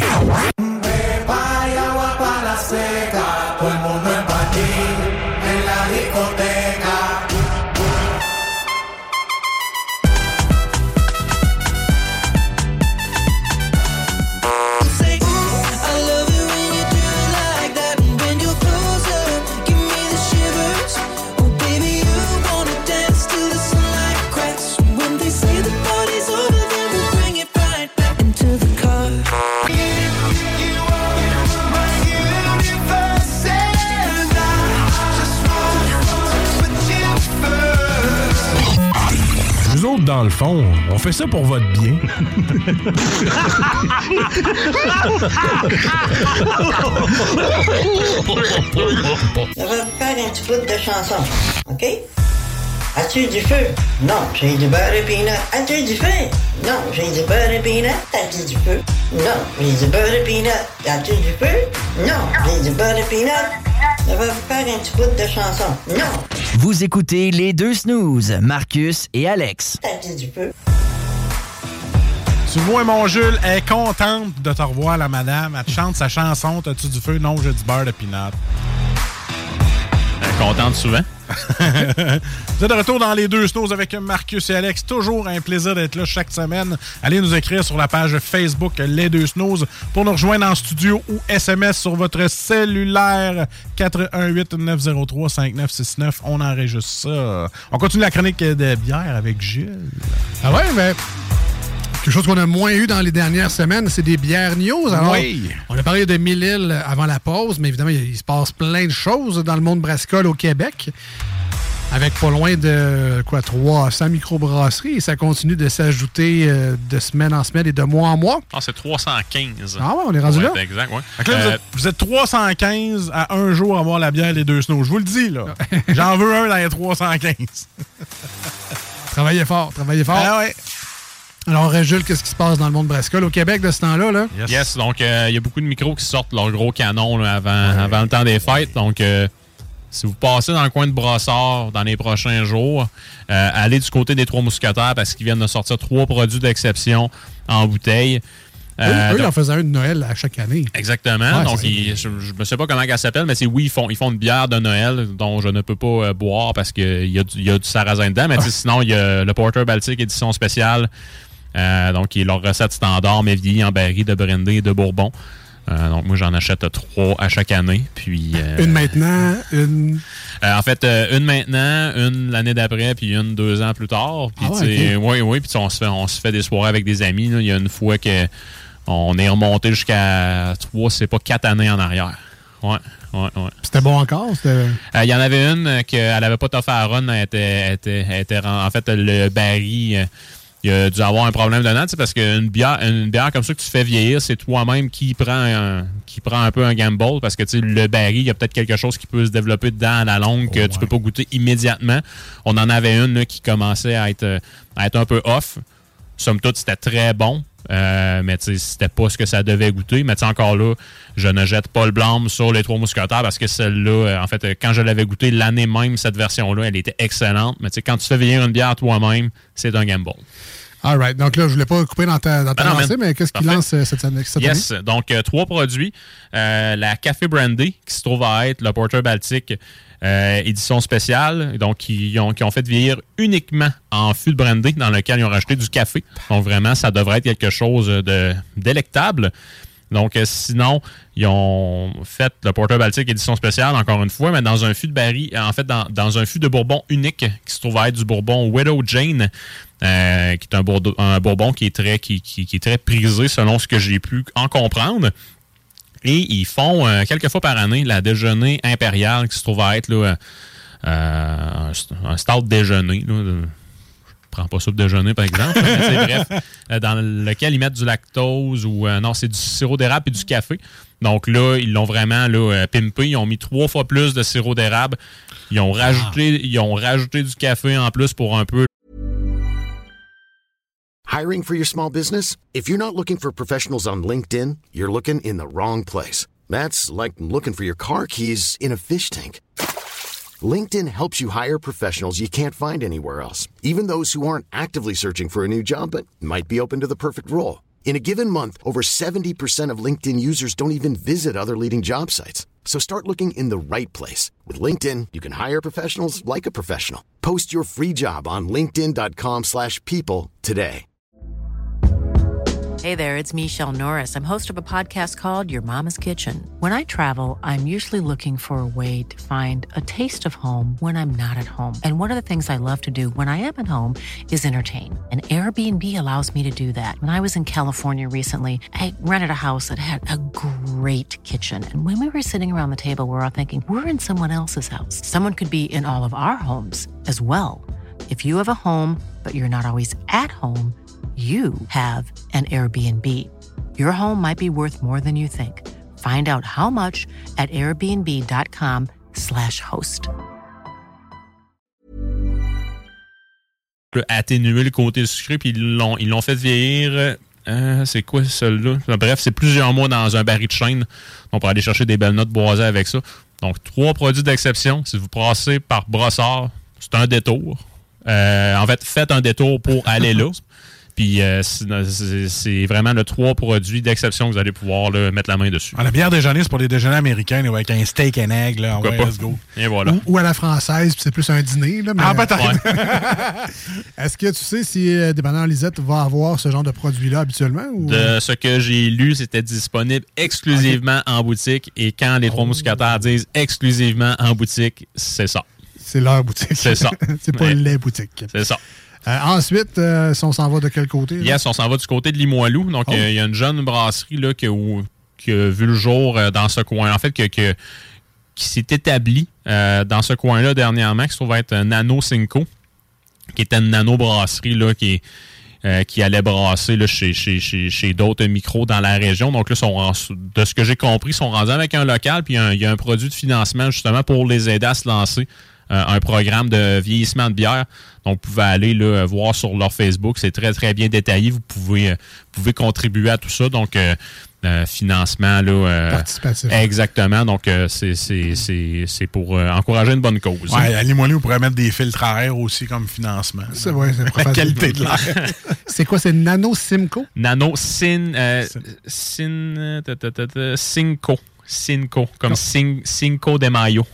Todo el mundo en patín, en la discoteca. Say, I love it when you do it like Nous autres, dans le fond, on fait ça pour votre bien. On va faire un petit bout de chanson, OK? As-tu du feu? Non, j'ai du beurre et peanut. As-tu du feu? Non, j'ai du beurre et peanut. As-tu du feu? Non, j'ai du beurre et peanut. As-tu du feu? Non, j'ai du beurre et peanut. On va faire un petit bout de chanson. Non! Vous écoutez les deux snooze, Marcus et Alex. As-tu du feu? Tu vois, mon Jules est contente de te revoir, la madame. Elle te chante sa chanson. T'as-tu du feu? Non, j'ai du beurre de peanut. Elle est contente souvent. Vous êtes de retour dans les deux snooze avec Marcus et Alex. Toujours un plaisir d'être là chaque semaine. Allez nous écrire sur la page Facebook Les Deux Snooze pour nous rejoindre en studio ou S M S sur votre cellulaire quatre un huit neuf zéro trois cinq neuf six neuf. On enregistre ça. On continue la chronique de bière avec Gilles. Ah ouais, mais... quelque chose qu'on a moins eu dans les dernières semaines, c'est des bières news. Alors, oui. On a parlé de Mille-Îles avant la pause, mais évidemment, il, il se passe plein de choses dans le monde brassicole au Québec. Avec pas loin de quoi trois cents microbrasseries. Et ça continue de s'ajouter euh, de semaine en semaine et de mois en mois. Ah, c'est trois cent quinze. Ah ouais, on est rendu ouais, là? Exact, ouais. Fait que là, Euh, vous, êtes, vous êtes trois cent quinze à un jour à boire la bière Les Deux Snooze. Je vous le dis, là. J'en veux un dans les trois cent quinze. Travaillez fort, travaillez fort. Ah ouais. Alors, Jules, qu'est-ce qui se passe dans le monde brassicole au Québec de ce temps-là? Là? Yes. yes, donc il euh, y a beaucoup de micros qui sortent leur gros canon là, avant, ouais. avant le temps des fêtes. Donc, euh, si vous passez dans le coin de Brossard dans les prochains jours, euh, allez du côté des Trois Mousquetaires parce qu'ils viennent de sortir trois produits d'exception en bouteille. Euh, eux, eux, ils en faisaient un de Noël à chaque année. Exactement. Ouais, donc, ils, je ne sais pas comment elle s'appelle, mais c'est oui, ils font, ils font une bière de Noël dont je ne peux pas euh, boire parce qu'il y a, y a du sarrasin dedans. Mais ah. sinon, il y a le Porter Baltic édition spéciale. Euh, donc, leur recette standard, mais vieillie en baril de brandy et de bourbon. Euh, donc, moi, j'en achète trois à chaque année. Puis, euh, une maintenant, une... Euh, en fait, euh, une maintenant, une l'année d'après, puis une deux ans plus tard. Puis, ah ouais, okay. oui, oui, puis on se fait, on se fait des soirées avec des amis. Là. Il y a une fois que on est remonté jusqu'à trois, c'est pas quatre années en arrière. Ouais, ouais, ouais. C'était bon encore? Il euh, y en avait une qu'elle n'avait pas toffé à run. Elle était, elle était, elle était, en fait, le baril... Euh, il a dû avoir un problème dedans, parce qu'une bière, une bière comme ça que tu fais vieillir, c'est toi-même qui prend un, qui prend un peu un gamble, parce que le baril, il y a peut-être quelque chose qui peut se développer dedans à la longue que oh, tu ouais. peux pas goûter immédiatement. On en avait une là, qui commençait à être, à être un peu off. Somme toute, c'était très bon. Euh, mais c'était pas ce que ça devait goûter. Mais encore là, je ne jette pas le blâme sur les Trois Mousquetaires parce que celle-là, en fait, quand je l'avais goûté l'année même, cette version-là, elle était excellente. Mais quand tu fais vieillir une bière toi-même, c'est un gamble. All right. Donc là, je voulais pas couper dans ta, dans ta ah non, lancée, mais qu'est-ce qu'il lance euh, cette, cette yes. année? Yes. Donc, euh, trois produits. Euh, la Café Brandy, qui se trouve à être le Porter Baltic euh, édition spéciale. Donc, qui ont, qui ont fait vieillir uniquement en fût de brandy dans lequel ils ont rajouté du café. Donc, vraiment, ça devrait être quelque chose de délectable. Donc, euh, sinon, ils ont fait le Porter Baltic édition spéciale, encore une fois, mais dans un fût de baril, en fait, dans, dans un fût de bourbon unique qui se trouve à être du bourbon Widow Jane, euh, qui est un, bourdo, un bourbon qui est, très, qui, qui, qui est très prisé selon ce que j'ai pu en comprendre. Et ils font euh, quelques fois par année la déjeuner impériale qui se trouve à être là, euh, un, un stout déjeuner, là, de, prends pas ça pour déjeuner, par exemple. Mais bref, euh, dans lequel ils mettent du lactose ou... Euh, non, c'est du sirop d'érable et du café. Donc là, ils l'ont vraiment là, euh, pimpé. Ils ont mis trois fois plus de sirop d'érable. Ils ont rajouté, ah. ils ont rajouté du café en plus pour un peu... Hiring for your small business? If you're not looking for professionals on LinkedIn, you're looking in the wrong place. That's like looking for your car keys in a fish tank. LinkedIn helps you hire professionals you can't find anywhere else, even those who aren't actively searching for a new job but might be open to the perfect role. In a given month, over seventy percent of LinkedIn users don't even visit other leading job sites. So start looking in the right place. With LinkedIn, you can hire professionals like a professional. Post your free job on linkedin dot com slash people today. Hey there, it's Michelle Norris. I'm host of a podcast called Your Mama's Kitchen. When I travel, I'm usually looking for a way to find a taste of home when I'm not at home. And one of the things I love to do when I am at home is entertain. And Airbnb allows me to do that. When I was in California recently, I rented a house that had a great kitchen. And when we were sitting around the table, we were all thinking, we're in someone else's house. Someone could be in all of our homes as well. If you have a home, but you're not always at home, you have an Airbnb. Your home might be worth more than you think. Find out how much at airbnb.com slash host. Atténuer le côté sucré, puis ils l'ont, ils l'ont fait vieillir. Euh, c'est quoi celui-là? Bref, c'est plusieurs mois dans un baril de chêne. On peut aller chercher des belles notes boisées avec ça. Donc, trois produits d'exception. Si vous passez par Brossard, c'est un détour. Euh, en fait, faites un détour pour aller là. Puis euh, c'est, c'est vraiment le trois produits d'exception que vous allez pouvoir là, mettre la main dessus. Ah, la bière déjeuner, c'est pour les déjeuners américains là, avec un steak and egg. Là, ouais, let's go. Et voilà. Ou, ou à la française, puis c'est plus un dîner. Là, mais... Ah, peut-être. Ouais. Est-ce que tu sais si euh, Dépanneur Lisette va avoir ce genre de produit-là habituellement? Ou... De ce que j'ai lu, c'était disponible exclusivement okay. en boutique. Et quand les Trois oh. Mousquetaires disent exclusivement en boutique, c'est ça. C'est leur boutique. C'est ça. C'est pas ouais. les boutiques. C'est ça. Euh, ensuite, euh, si on s'en va de quel côté? Là? Yes, on s'en va du côté de Limoilou. Donc, il oh. euh, y a une jeune brasserie là, qui, où, qui a vu le jour euh, dans ce coin. En fait, que, que, qui s'est établie euh, dans ce coin-là dernièrement, qui se trouve être Nano Cinco, qui était une nano-brasserie là, qui, euh, qui allait brasser là, chez, chez, chez, chez d'autres micros dans la région. Donc là, sont, de ce que j'ai compris, ils sont rendus avec un local, puis il y, y a un produit de financement justement pour les aider à se lancer. Euh, un programme de vieillissement de bière. Donc, vous pouvez aller là, voir sur leur Facebook. C'est très, très bien détaillé. Vous pouvez, euh, vous pouvez contribuer à tout ça. Donc, euh, euh, financement. Là, euh, participatif. Exactement. Donc, euh, c'est, c'est, c'est, c'est pour euh, encourager une bonne cause. Ouais, à Limoilou, vous pourrez mettre des filtres à air aussi comme financement. C'est vrai, c'est la qualité de l'air. C'est quoi, c'est Nano Simco? Nano Sin... Euh, Sin... Cinco. Cinco. Comme cin, Cinco de Mayo.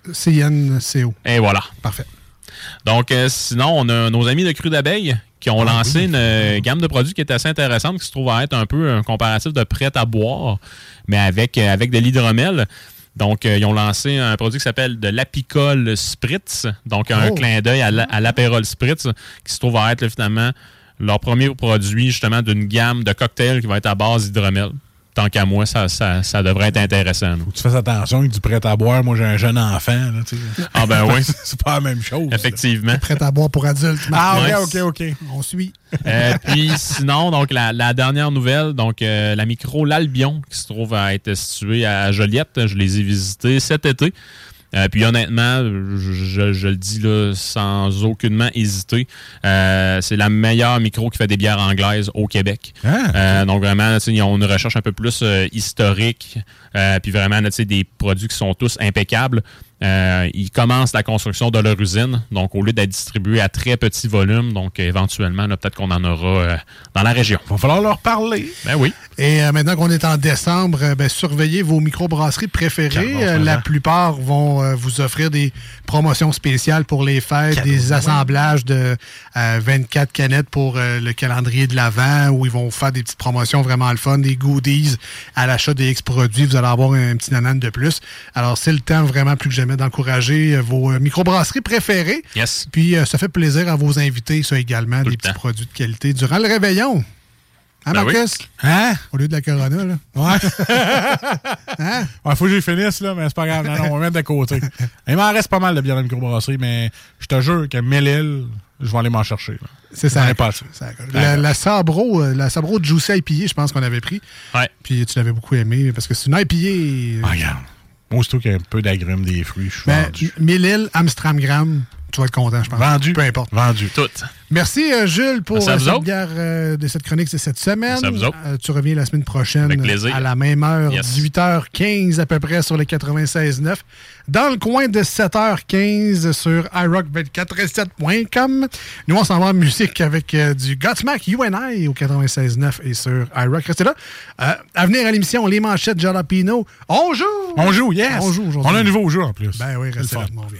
C N C O. Et voilà. Parfait. Donc, euh, sinon, on a nos amis de Cru d'abeille qui ont ah, lancé oui. une euh, gamme de produits qui est assez intéressante, qui se trouve à être un peu un comparatif de prêt à boire, mais avec, euh, avec de l'hydromel. Donc, euh, ils ont lancé un produit qui s'appelle de l'apicole spritz, donc un oh. clin d'œil à, la, à l'apérole spritz, qui se trouve à être là, finalement leur premier produit justement d'une gamme de cocktails qui va être à base d'hydromel. Tant qu'à moi, ça, ça, ça devrait être intéressant. Faut que tu fasses attention avec du prêt à boire. Moi, j'ai un jeune enfant. Là, ah ben oui. C'est pas la même chose. Effectivement. Prêt à boire pour adultes. Ah ouais. ok, ok, ok. On suit. Euh, puis sinon, donc la, la dernière nouvelle, donc euh, la micro L'Albion, qui se trouve à être située à Joliette. Je les ai visités cet été. Euh, puis honnêtement, je, je, je le dis là sans aucunement hésiter, euh, c'est la meilleure micro qui fait des bières anglaises au Québec. Ah, euh, donc vraiment, ils ont une recherche un peu plus euh, historique, euh, puis vraiment des produits qui sont tous impeccables. Euh, ils commencent la construction de leur usine, donc au lieu d'être distribués à très petit volume, donc éventuellement, là, peut-être qu'on en aura euh, dans la région. Il va falloir leur parler. Ben oui. Et euh, maintenant qu'on est en décembre, euh, ben, surveillez vos microbrasseries préférées. Euh, la plupart vont euh, vous offrir des promotions spéciales pour les fêtes, Cadeau, des assemblages de euh, vingt-quatre canettes pour euh, le calendrier de l'Avent, où ils vont faire des petites promotions vraiment le fun, des goodies à l'achat des X-produits. Vous allez avoir un, un petit nanane de plus. Alors, c'est le temps vraiment plus que jamais d'encourager euh, vos euh, microbrasseries préférées. Yes. Puis, euh, ça fait plaisir à vos invités, ça également, Tout des petits temps. produits de qualité durant le réveillon. Hein, ben Marcus? Oui. Hein? Au lieu de la Corona, là. Ouais. hein? Ouais, faut que j'y finisse, là, mais c'est pas grave. Non, non, on va mettre de côté. Il m'en reste pas mal de bière de microbrasserie, mais je te jure que Mélile, je vais aller m'en chercher. Là. C'est ça. Pas ça. La, la Sabro, la Sabro Juicy I P A, je pense qu'on avait pris. Ouais. Puis tu l'avais beaucoup aimé, parce que c'est une I P A. Ah, regarde. Moi, c'est tout qu'il y a un peu d'agrumes, des fruits, je suis ben, vendu. Mille Amstramgram, tu vas être content, je pense. Vendu. Peu importe. Vendu. Tout. Merci, euh, Jules, pour euh, cette bière euh, de cette chronique de cette semaine. Euh, tu reviens la semaine prochaine. Avec plaisir. À la même heure, yes. dix-huit heures quinze à peu près sur les quatre-vingt-seize neuf. Dans le coin de sept heures quinze sur i rock vingt-quatre sept point com. Nous, on s'en va en musique avec euh, du Godsmack You and I au quatre-vingt-seize neuf et sur iRock. Restez là. Euh, à venir à l'émission, les manchettes Jalapino. On joue! On joue, yes! On joue aujourd'hui. On a un nouveau jeu en plus. Ben oui, restez là. Bon, bien.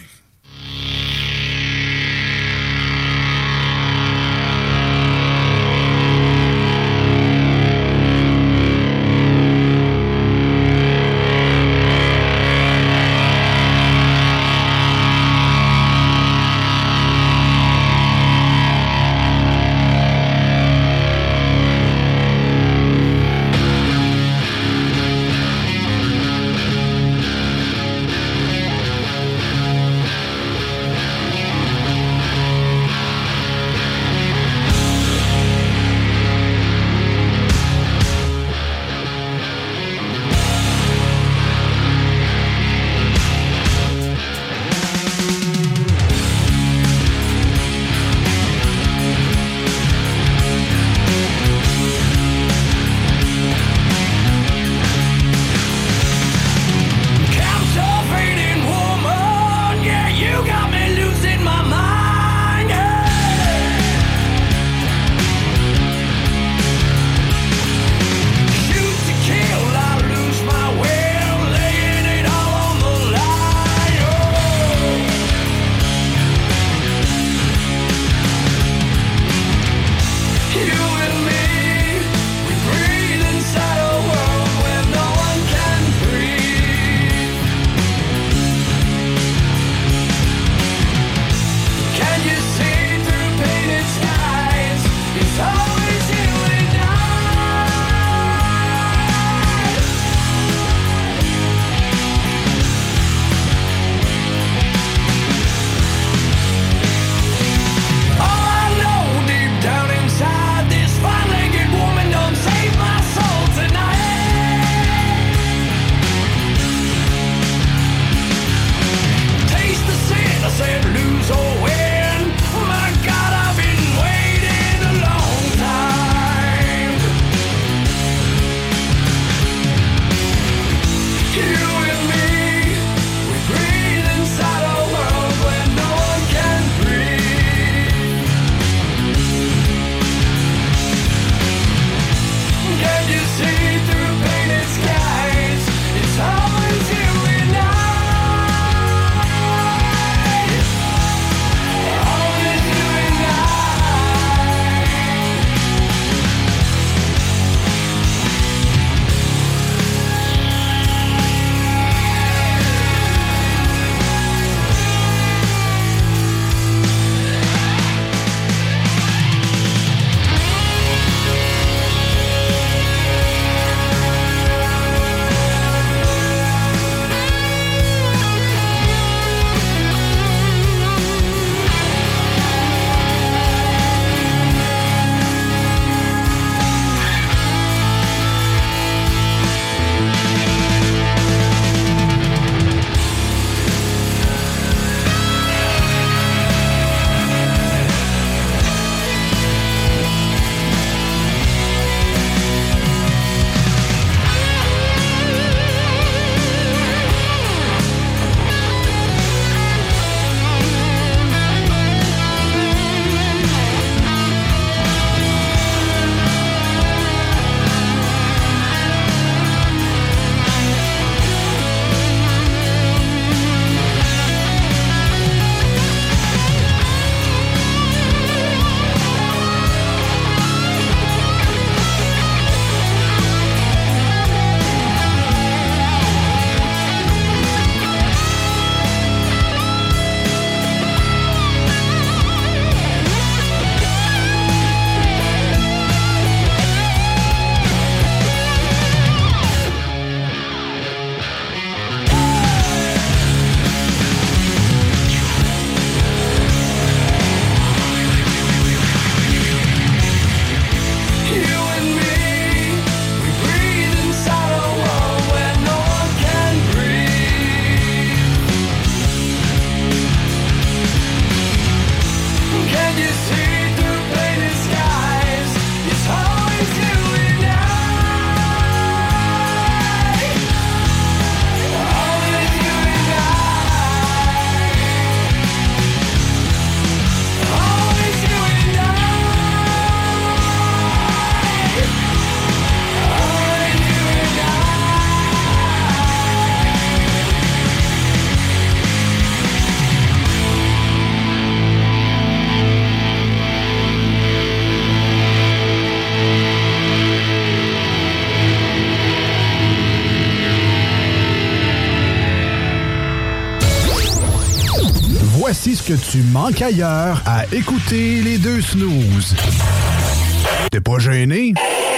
Voici ce que tu manques ailleurs à écouter les deux snooze. T'es pas gêné?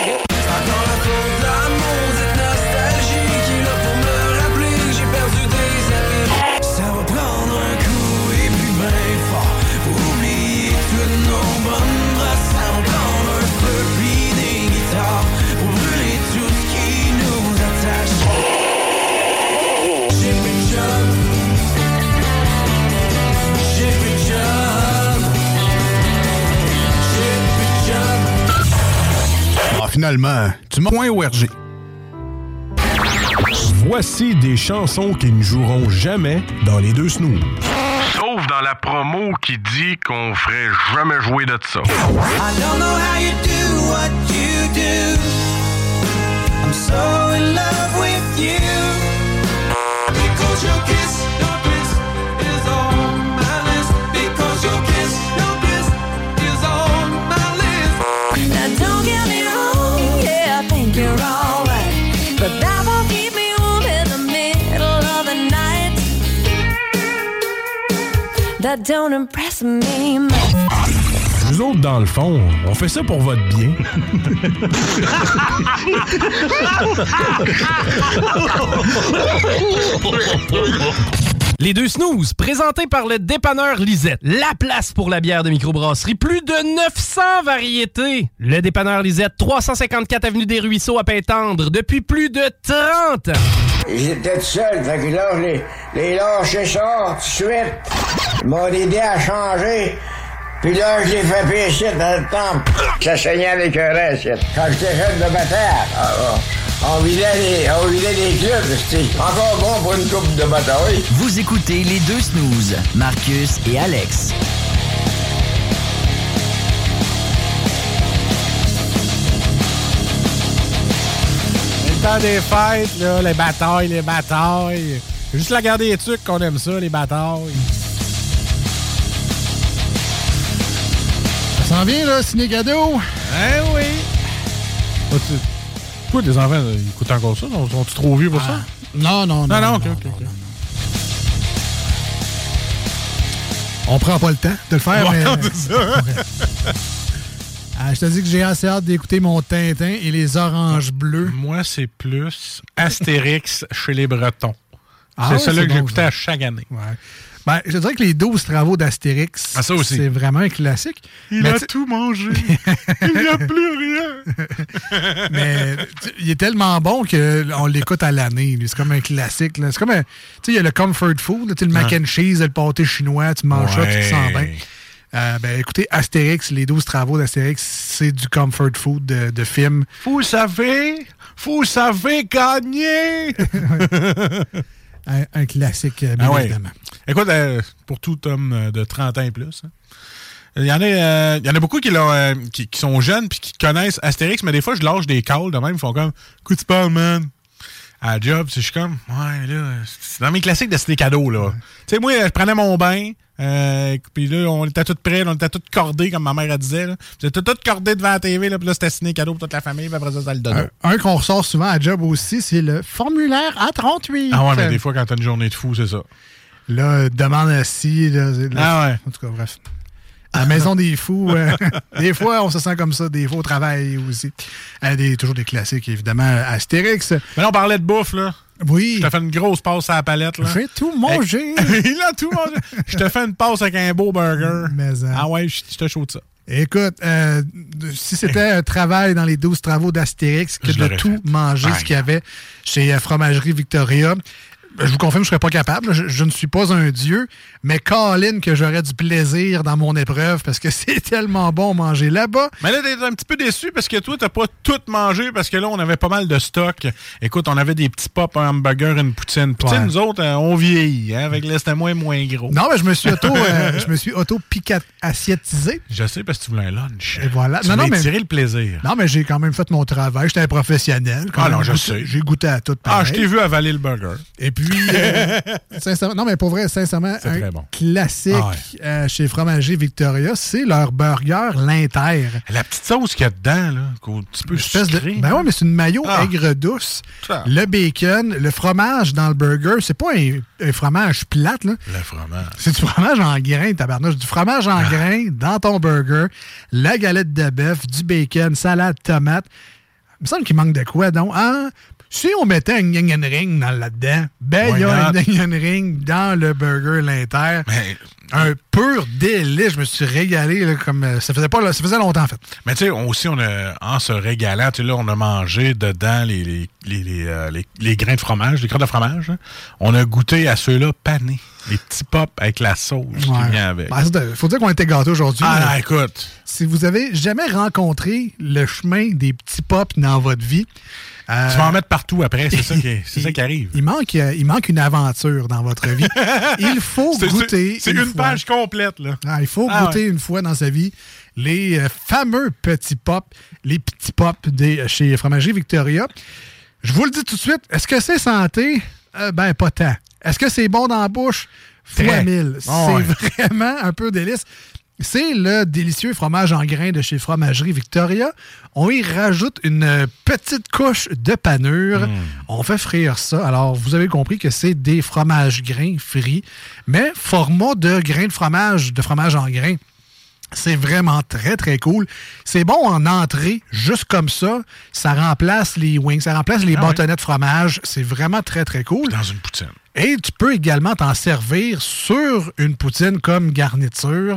Finalement, tu m'as point O R G. Voici des chansons qui ne joueront jamais dans les deux snooze. Sauf dans la promo qui dit qu'on ferait jamais jouer de ça. I don't know how you do what you do. I'm so in love with you. Because your kiss, your kiss is on my list. Because your kiss, your kiss is on my list. Now don't get me wrong, yeah, I think you're alright, but that won't keep me warm in the middle of the night. That don't impress me much. Nous autres, dans le fond, on fait ça pour votre bien. Les deux snooze, présentés par le dépanneur Lisette. La place pour la bière de microbrasserie. Plus de neuf cents variétés. Le dépanneur Lisette, trois cent cinquante-quatre avenue des Ruisseaux à Pintendre, depuis plus de trente ans. J'étais tout seul, fait que là, je les, les lâché ça tout de suite. Ils m'ont aidé à changer. Puis là, je l'ai fait pécher dans le temple. Ça saignait avec un reste. Quand j'étais jeune de bataille, on vidait les, on vidait les clubs. C'était encore bon pour une coupe de bataille. Vous écoutez les deux snooze, Marcus et Alex. Le temps des fêtes, là, les batailles, les batailles. C'est juste la guerre des trucs qu'on aime ça, les batailles. Ça s'en vient, là, ciné-cadeau. Eh oui. Oh, tu... Quoi, tes enfants, ils écoutent encore ça? Sont-ils trop vieux pour ah. ça? Non, non, non. Non, non, non, ok, non, ok. non, non. On prend pas le temps de le faire, ouais, mais... c'est ça. Ah, je te dis que j'ai assez hâte d'écouter mon Tintin et les oranges bleues. Moi, c'est plus Astérix chez les Bretons. Ah, c'est ouais, celui c'est que bon, j'écoutais ça. à chaque année. Ouais. Ben, je dirais que les douze travaux d'Astérix, ah, ça aussi. c'est vraiment un classique. Il mais a t- tout mangé. Il n'y a plus rien. Mais il est tellement bon qu'on l'écoute à l'année. Lui. C'est comme un classique. Là. C'est comme un... Tu sais, il y a le comfort food, là, le mac and cheese, le pâté chinois, tu manges ouais. ça, tu te sens bien. Euh, ben, écoutez, Astérix, les douze travaux d'Astérix, c'est du comfort food de, de film. Vous savez, vous savez gagner. un, un classique, bien ah ouais. évidemment. Écoute, euh, pour tout homme de trente ans et plus, hein, il y en a, euh, il y en a beaucoup qui, l'ont, euh, qui, qui sont jeunes puis qui connaissent Astérix, mais des fois, je lâche des calls de même, ils font comme « Écoute, tu parles, man? » À la job, je suis comme « Ouais, là, c'est dans mes classiques de c'était cadeau, là. Ouais. » Tu sais, moi, je prenais mon bain, euh, puis là, on était tous prêts, on était tous cordés, comme ma mère elle disait. Là. J'étais tous cordés devant la T V, là, puis là, c'était ciné cadeau pour toute la famille, puis après ça, ça le donne. Un, un qu'on ressort souvent à job aussi, c'est le formulaire A trente-huit. Ah ouais, mais des fois, quand t'as une journée de fou, c'est ça. Là, demande assis. Là, là, ah ouais. En tout cas, bref. À la maison des fous, euh, des fois, on se sent comme ça, des fois au travail aussi. Euh, des, toujours des classiques, évidemment, Astérix. Mais là, on parlait de bouffe, là. Oui. Je te fais une grosse passe à la palette, là. J'ai tout mangé. Il a tout mangé. Je te fais une passe avec un beau burger. Mais, hein. Ah ouais, je, je te chaud de ça. Écoute, euh, si c'était un travail dans les douze travaux d'Astérix que je de tout fait. manger ah, ce qu'il y avait chez Fromagerie Victoria, je vous confirme que je ne serais pas capable. Je, je ne suis pas un dieu, mais Colin, que j'aurais du plaisir dans mon épreuve parce que c'est tellement bon manger là-bas. Mais là, t'es un petit peu déçu parce que toi, t'as pas tout mangé parce que là, on avait pas mal de stock. Écoute, on avait des petits pops, un hamburger, une poutine. Poutine, ouais. Nous autres, on vieillit, hein, avec l'estomac moins gros. Non, mais je me suis auto, euh, je me suis auto-picat-assiétisé. Je sais parce que tu voulais un lunch. Et voilà. Tu non, voulais non, mais, tirer le plaisir. Non, mais j'ai quand même fait mon travail. J'étais un professionnel. Ah non, je goûté, sais. J'ai goûté à tout. Pareil. Ah, je t'ai vu avaler le burger. Et puis, Puis, euh, sincèrement, non, mais pour vrai, sincèrement, C'est un très bon. classique Ah ouais. euh, chez Fromager Victoria, c'est leur burger l'Inter. La petite sauce qu'il y a dedans, là, un petit peu Espèce de- sucrée. Ben ouais, mais c'est une mayo Ah. aigre douce. Ça. Le bacon, le fromage dans le burger, c'est pas un, un fromage plate, là. Le fromage. C'est du fromage en grains, tabarnouche. Du fromage en grains dans ton burger, la galette de bœuf, du bacon, salade, tomate. Il me semble qu'il manque de quoi, donc? Ah, si on mettait un onion ring dans là-dedans, ben il y a Why un not? onion ring dans le burger l'Inter. Mais- Un pur délice. Je me suis régalé là, comme euh, ça faisait pas là, ça faisait longtemps en fait. Mais tu sais, on- aussi, on a, en se régalant, tu sais, là, on a mangé dedans les, les, les, les, euh, les- les grains de fromage, les crottes de fromage. Hein. On a goûté à ceux-là panés. Les petits pops avec la sauce qui vient avec. Ben, c'est- faut dire qu'on était gâtés aujourd'hui. Ah, mais écoute. Si vous avez jamais rencontré le chemin des petits pops dans votre vie, euh, Tu vas en mettre partout après, c'est ça qui, c'est ça qui arrive. Il manque, euh, il manque une aventure dans votre vie. Il faut C'est- goûter. C'est c'est une fois. page complète, là. Ah, il faut Ah, goûter ouais. une fois dans sa vie les euh, fameux petits pops, les petits pops des, chez Fromager Victoria. Je vous le dis tout de suite, est-ce que c'est santé? Euh, ben, pas tant. Est-ce que c'est bon dans la bouche? Fois Très. mille. Oh, c'est ouais. vraiment un peu délice. C'est le délicieux fromage en grains de chez Fromagerie Victoria. On y rajoute une euh, petite couche de panure. Mm. On fait frire ça. Alors, vous avez compris que c'est des fromages grains frits, mais format de grains de fromage, de fromage en grains. C'est vraiment très, très cool. C'est bon en entrée, juste comme ça. Ça remplace les wings, ça remplace les Ah bâtonnets de fromage. C'est vraiment très, très cool. Dans une poutine. Et tu peux également t'en servir sur une poutine comme garniture.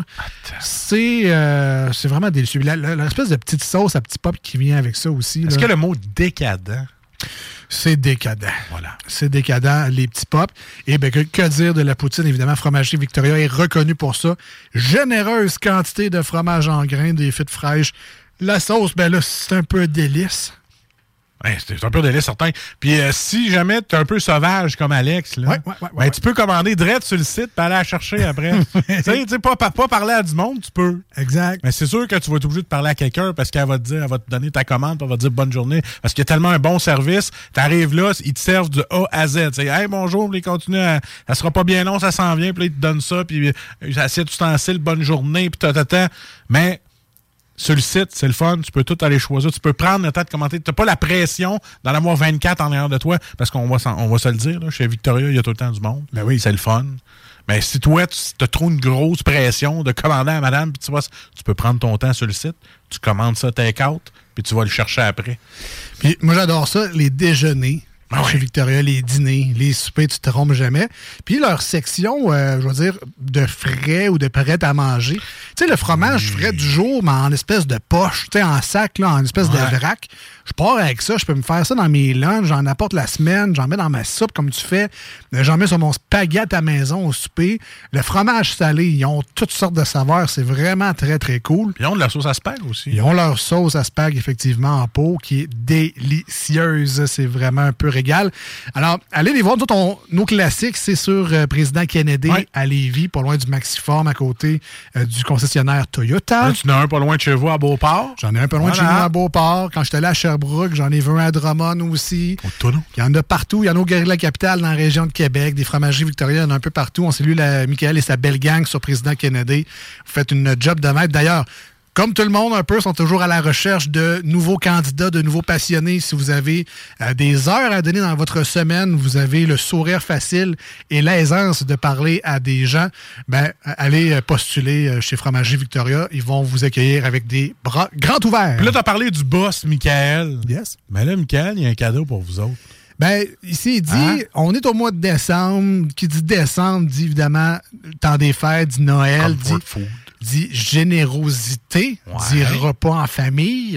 C'est euh, c'est vraiment délicieux. La- la- L'espèce de petite sauce à petit pop qui vient avec ça aussi. Est-ce là. que le mot décadent? C'est décadent. Voilà. C'est décadent, les petits pops. Et bien, que, que dire de la poutine? Évidemment, Fromagerie Victoria est reconnu pour ça. Généreuse quantité de fromage en grains, des frites fraîches. La sauce, ben là, c'est un peu délice. Ouais, c'est un peu délice, certain. Puis euh, si jamais tu es un peu sauvage comme Alex, là, Ouais, ouais, ouais, ben, ouais. tu peux commander direct sur le site et aller la chercher après. Tu sais, tu sais, pas, pas, pas parler à du monde, tu peux. Exact. Mais c'est sûr que tu vas être obligé de parler à quelqu'un parce qu'elle va te dire, elle va te donner ta commande, puis elle va te dire bonne journée. Parce qu'il y a tellement un bon service, tu arrives là, ils te servent du A à Z. Tu sais, hey, bonjour, puis ils continuent à, ça sera pas bien long, ça s'en vient, puis là, ils te donnent ça, puis euh, assiette ustensile, bonne journée, puis t'as Mais sur le site, c'est le fun, tu peux tout aller choisir, tu peux prendre le temps de commenter. Tu n'as pas la pression d'en avoir vingt-quatre en arrière de toi, parce qu'on va, s'en- on va se le dire, là, chez Victoria, il y a tout le temps du monde. Ben oui. C'est le fun. Mais si toi, tu as trop une grosse pression de commander à madame, puis tu vois, tu peux prendre ton temps sur le site, tu commandes ça take-out, puis tu vas le chercher après. Puis moi, j'adore ça, les déjeuners. Ah Chez ouais. Victoria, les dîners, les soupers, tu te trompes jamais. Puis leur section, euh, je veux dire, de frais ou de prêt à manger. Tu sais, le fromage frais du jour, mais en espèce de poche, tu sais, en sac, là, en espèce Ouais. de vrac. Je pars avec ça, je peux me faire ça dans mes lunchs, j'en apporte la semaine, j'en mets dans ma soupe comme tu fais, euh, j'en mets sur mon spaghetti à maison au souper. Le fromage salé, ils ont toutes sortes de saveurs, c'est vraiment très, très cool. Puis ils ont de la sauce à spag aussi. Ils ont leur sauce à spag, effectivement, en pot, qui est délicieuse. C'est vraiment un peu régal. Alors, allez les voir. Nous autres, on- nos classiques, c'est sur euh, Président Kennedy Ouais. à Lévis, pas loin du Maxiform, à côté euh, du concessionnaire Toyota. Là, tu en as un pas loin de chez vous à Beauport. J'en ai un peu loin de chez Voilà. nous à Beauport. Quand j'étais allé à Sherbrooke, j'en ai vu un à Drummond aussi. Au tonneau. Il y en a partout. Il y en a au Galerie de la Capitale, dans la région de Québec. Des fromageries Victoria, il y en a un peu partout. On salue la, Michael et sa belle gang sur Président Kennedy. Vous faites une job de maître. D'ailleurs, comme tout le monde, un peu, sont toujours à la recherche de nouveaux candidats, de nouveaux passionnés. Si vous avez euh, des heures à donner dans votre semaine, vous avez le sourire facile et l'aisance de parler à des gens, ben, allez euh, postuler euh, chez Fromagerie Victoria. Ils vont vous accueillir avec des bras grands ouverts. Puis là, tu as parlé du boss, Michael. Yes. Mais là, Michael, il y a un cadeau pour vous autres. Ben, ici, il dit, Hein? on est au mois de décembre. Qui dit décembre, dit évidemment temps des fêtes, dit Noël, dit, Comfort food. dit générosité, Ouais. dit repas en famille.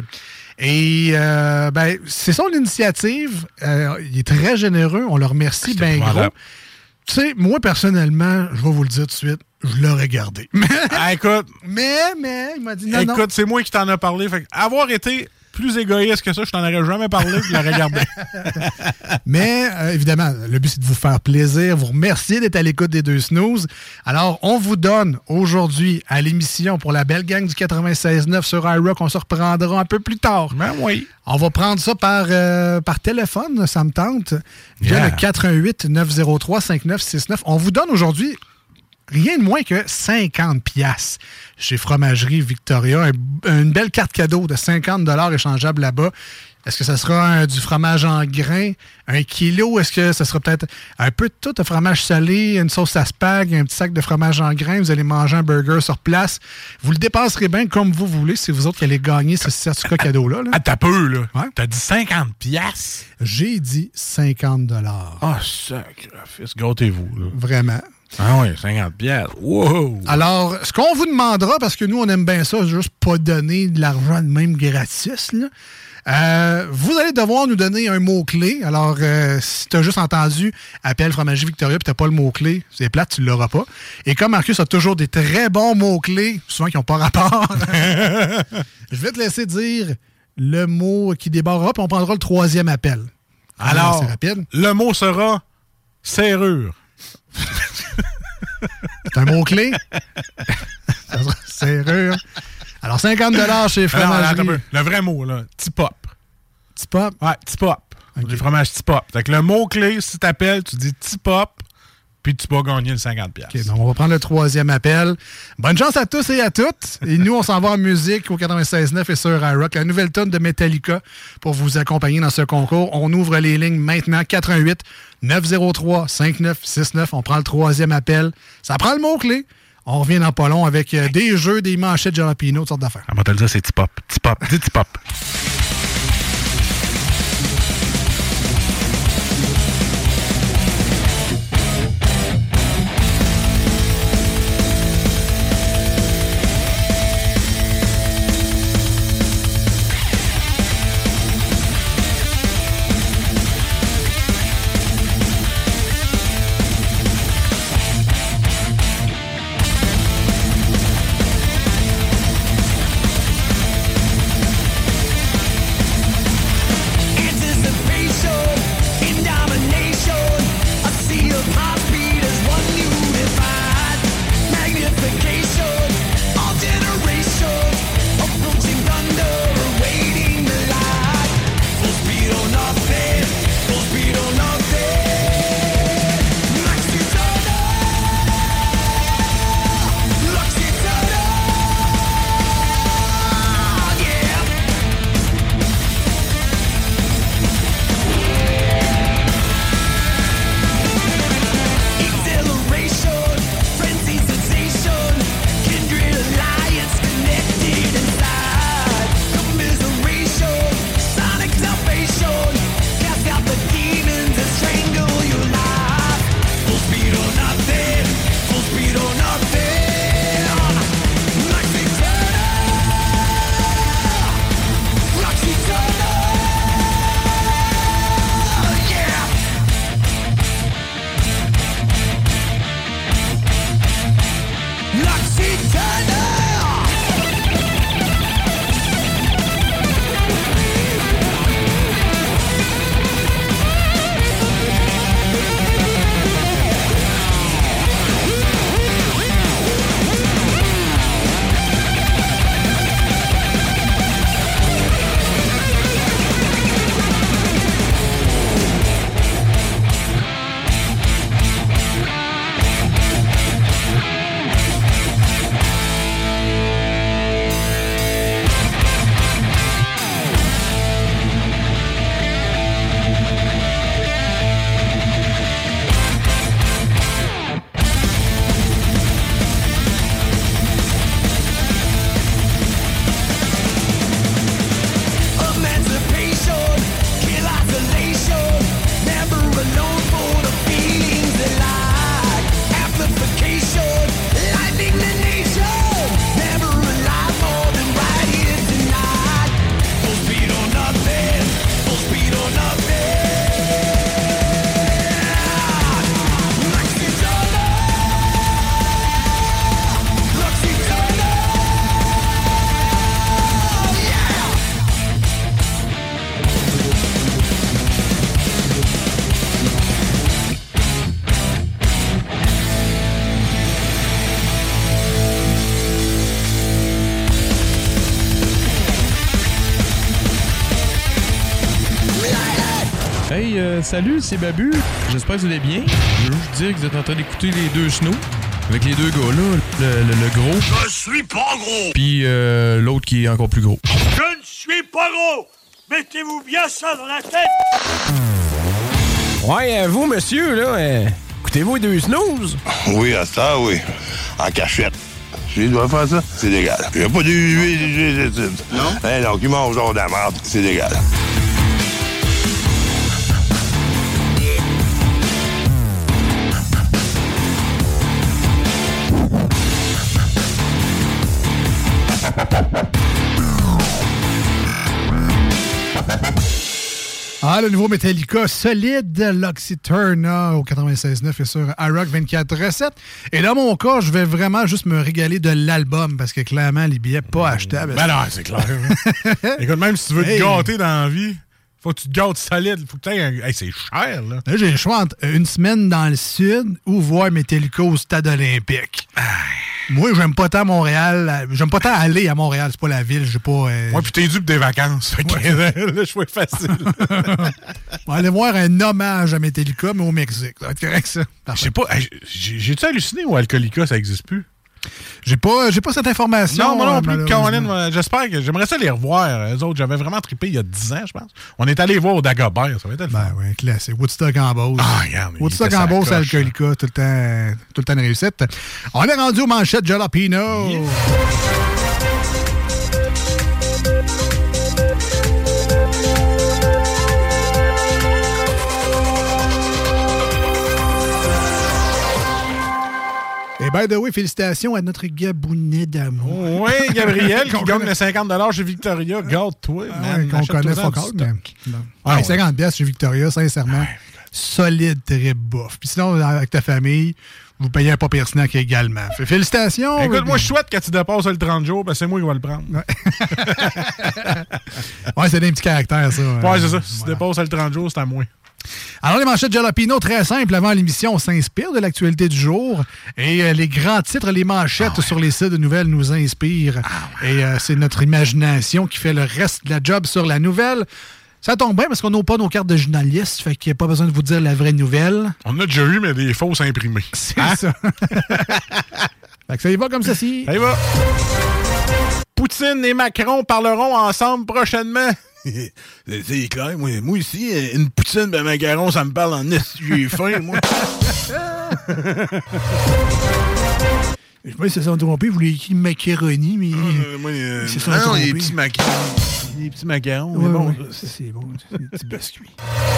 Et, euh, ben, c'est son initiative. Euh, il est très généreux. On le remercie C'est bien gros. épouvantable. Tu sais, moi, personnellement, je vais vous le dire tout de suite, je l'aurais gardé. Ah, écoute, mais, mais, il m'a dit non, non. écoute, c'est moi qui t'en ai parlé. Fait que avoir été plus égoïste que ça, je t'en aurais jamais parlé, je l'aurais gardé. Mais, euh, évidemment, le but, c'est de vous faire plaisir, vous remercier d'être à l'écoute des deux snooze. Alors, on vous donne aujourd'hui à l'émission pour la belle gang du quatre-vingt-seize neuf sur iRock. On se reprendra un peu plus tard. Ben oui. On va prendre ça par, euh, par téléphone, ça me tente, via Yeah. le quatre un huit neuf zéro trois cinq neuf six neuf. On vous donne aujourd'hui rien de moins que cinquante piastres chez Fromagerie Victoria. Un- une belle carte cadeau de cinquante dollars échangeable là-bas. Est-ce que ça sera un- du fromage en grains, un kilo? Est-ce que ça sera peut-être un peu de tout, un fromage salé, une sauce à spag, un petit sac de fromage en grains? Vous allez manger un burger sur place. Vous le dépenserez bien comme vous voulez. C'est vous autres qui allez gagner ce certificat cadeau-là. Là. Ah, t'as peu, là. Ouais. T'as dit cinquante piastres. J'ai dit cinquante dollars. Ah, sacrifice. Gâtez-vous, là. Vraiment. Ah oui, cinquante piastres. Wow! Alors, ce qu'on vous demandera, parce que nous, on aime bien ça, juste pas donner de l'argent de même gratis, là. Euh, vous allez devoir nous donner un mot-clé. Alors, euh, si tu as juste entendu Appel Fromagerie Victoria et tu n'as pas le mot-clé, c'est plate, tu ne l'auras pas. Et comme Marcus a toujours des très bons mots-clés, souvent qui n'ont pas rapport, je vais te laisser dire le mot qui débarrera, puis on prendra le troisième appel. Alors, c'est rapide. Le mot sera serrure. C'est un mot-clé? Ça sera serrure. Alors, cinquante dollars chez Alors, attends un Fromagerie. peu. Le vrai mot, là, T-pop. T-pop? Ouais, T-pop. Du fromage T-pop. Fait que le mot-clé, si t'appelles, tu dis T-pop, puis tu vas gagner le cinquante piastres. OK, donc on va prendre le troisième appel. Bonne chance à tous et à toutes. Et nous, on s'en va en musique au quatre-vingt-seize neuf et sur iRock. La nouvelle tonne de Metallica pour vous accompagner dans ce concours. On ouvre les lignes maintenant. quatre un huit neuf zéro trois cinq neuf six neuf. On prend le troisième appel. Ça prend le mot-clé. On revient dans pas long avec euh, des jeux, des manchettes jalapeno, toutes sortes d'affaires. On va te le dire, c'est T-pop. T-pop. Dis T-pop. Thank euh, salut, c'est Babu. J'espère que vous allez bien. Je veux juste dire que vous êtes en train d'écouter les deux snooze. Avec les deux gars-là, le, le, le gros. Je suis pas gros! Puis euh, l'autre qui est encore plus gros. Je ne suis pas gros! Mettez-vous bien ça dans la tête! Ouais, euh, vous, monsieur, là, euh, écoutez-vous les deux snooze? Oui, à ça, oui. En cachette. Si je dois faire ça, c'est légal. Il n'y a pas de huile. Non? Hein, donc, ils mangent genre de la merde, c'est légal. Ah, le nouveau Metallica solide, l'Oxyturna au quatre-vingt-seize neuf et sur iRock vingt-quatre sept. Et dans mon cas, je vais vraiment juste me régaler de l'album parce que clairement, les billets pas achetables. Ben non, c'est clair. Écoute, même si tu veux te hey. gâter dans la vie, faut que tu te gâtes solide. Faut que tu aies un... Hey, c'est cher, là. Là, j'ai le choix entre une semaine dans le sud ou voir Metallica au stade olympique. Moi, j'aime pas tant Montréal. J'aime pas tant aller à Montréal. C'est pas la ville. J'ai pas. Euh... Ouais, puis t'es dû pour des vacances. Fait que ouais. Le choix est facile. On va aller voir un hommage à Metallica, mais au Mexique. Ça va être correct, ça. Je sais pas. J'ai-tu halluciné ou Alcoolica, ça existe plus? J'ai pas, j'ai pas cette information. Non, moi non plus. Caroline, j'espère que j'aimerais ça les revoir. Eux autres, j'avais vraiment trippé il y a dix ans, je pense. On est allé voir au Dagobert. Ça va être le ben oui, classique. Woodstock en Beauce. Ah, regarde. Woodstock en Beauce, Alcoolica, tout le temps, tout le temps de réussite. On est rendu aux manchettes Jalapino. Yeah. Et by the way, félicitations à notre Gabounet d'amour. Oui, Gabriel, qui gagne le cinquante dollars chez Victoria. Garde-toi, man. Ouais, qu'on connaît Focal, mais... Ah, ouais. cinquante dollars chez Victoria, sincèrement, ouais. Solide, très bof. Puis sinon, avec ta famille, vous payez un papier snack également. Fait, félicitations. Écoute, moi, je souhaite que tu dépasses le trente jours, parce que c'est moi qui vais le prendre. Ouais, ouais, c'est des petits caractères, ça. Ouais, c'est ça. Si tu dépasses le trente jours, c'est à moi. Alors, les manchettes Jalapino, très simple. Avant l'émission, on s'inspire de l'actualité du jour. Et euh, les grands titres, les manchettes ah ouais. sur les sites de nouvelles nous inspirent. Ah ouais. Et euh, c'est notre imagination qui fait le reste de la job sur la nouvelle. Ça tombe bien parce qu'on n'a pas nos cartes de journalistes, fait qu'il n'y a pas besoin de vous dire la vraie nouvelle. On a déjà eu, mais des fausses imprimées. C'est hein? ça. Fait que ça y va comme ceci. Ça y va. Poutine et Macron parleront ensemble prochainement. C'est clair, moi, moi ici, une poutine et un macaron, ça me parle en est. J'ai faim, moi. Je sais pas si ça s'est trompé, vous voulez écrire macaroni, mais. Euh, moi, euh, c'est ça. Non, les petits macarons. Les petits macarons, ouais, bon. Ouais, ça, c'est bon, c'est des petits biscuits.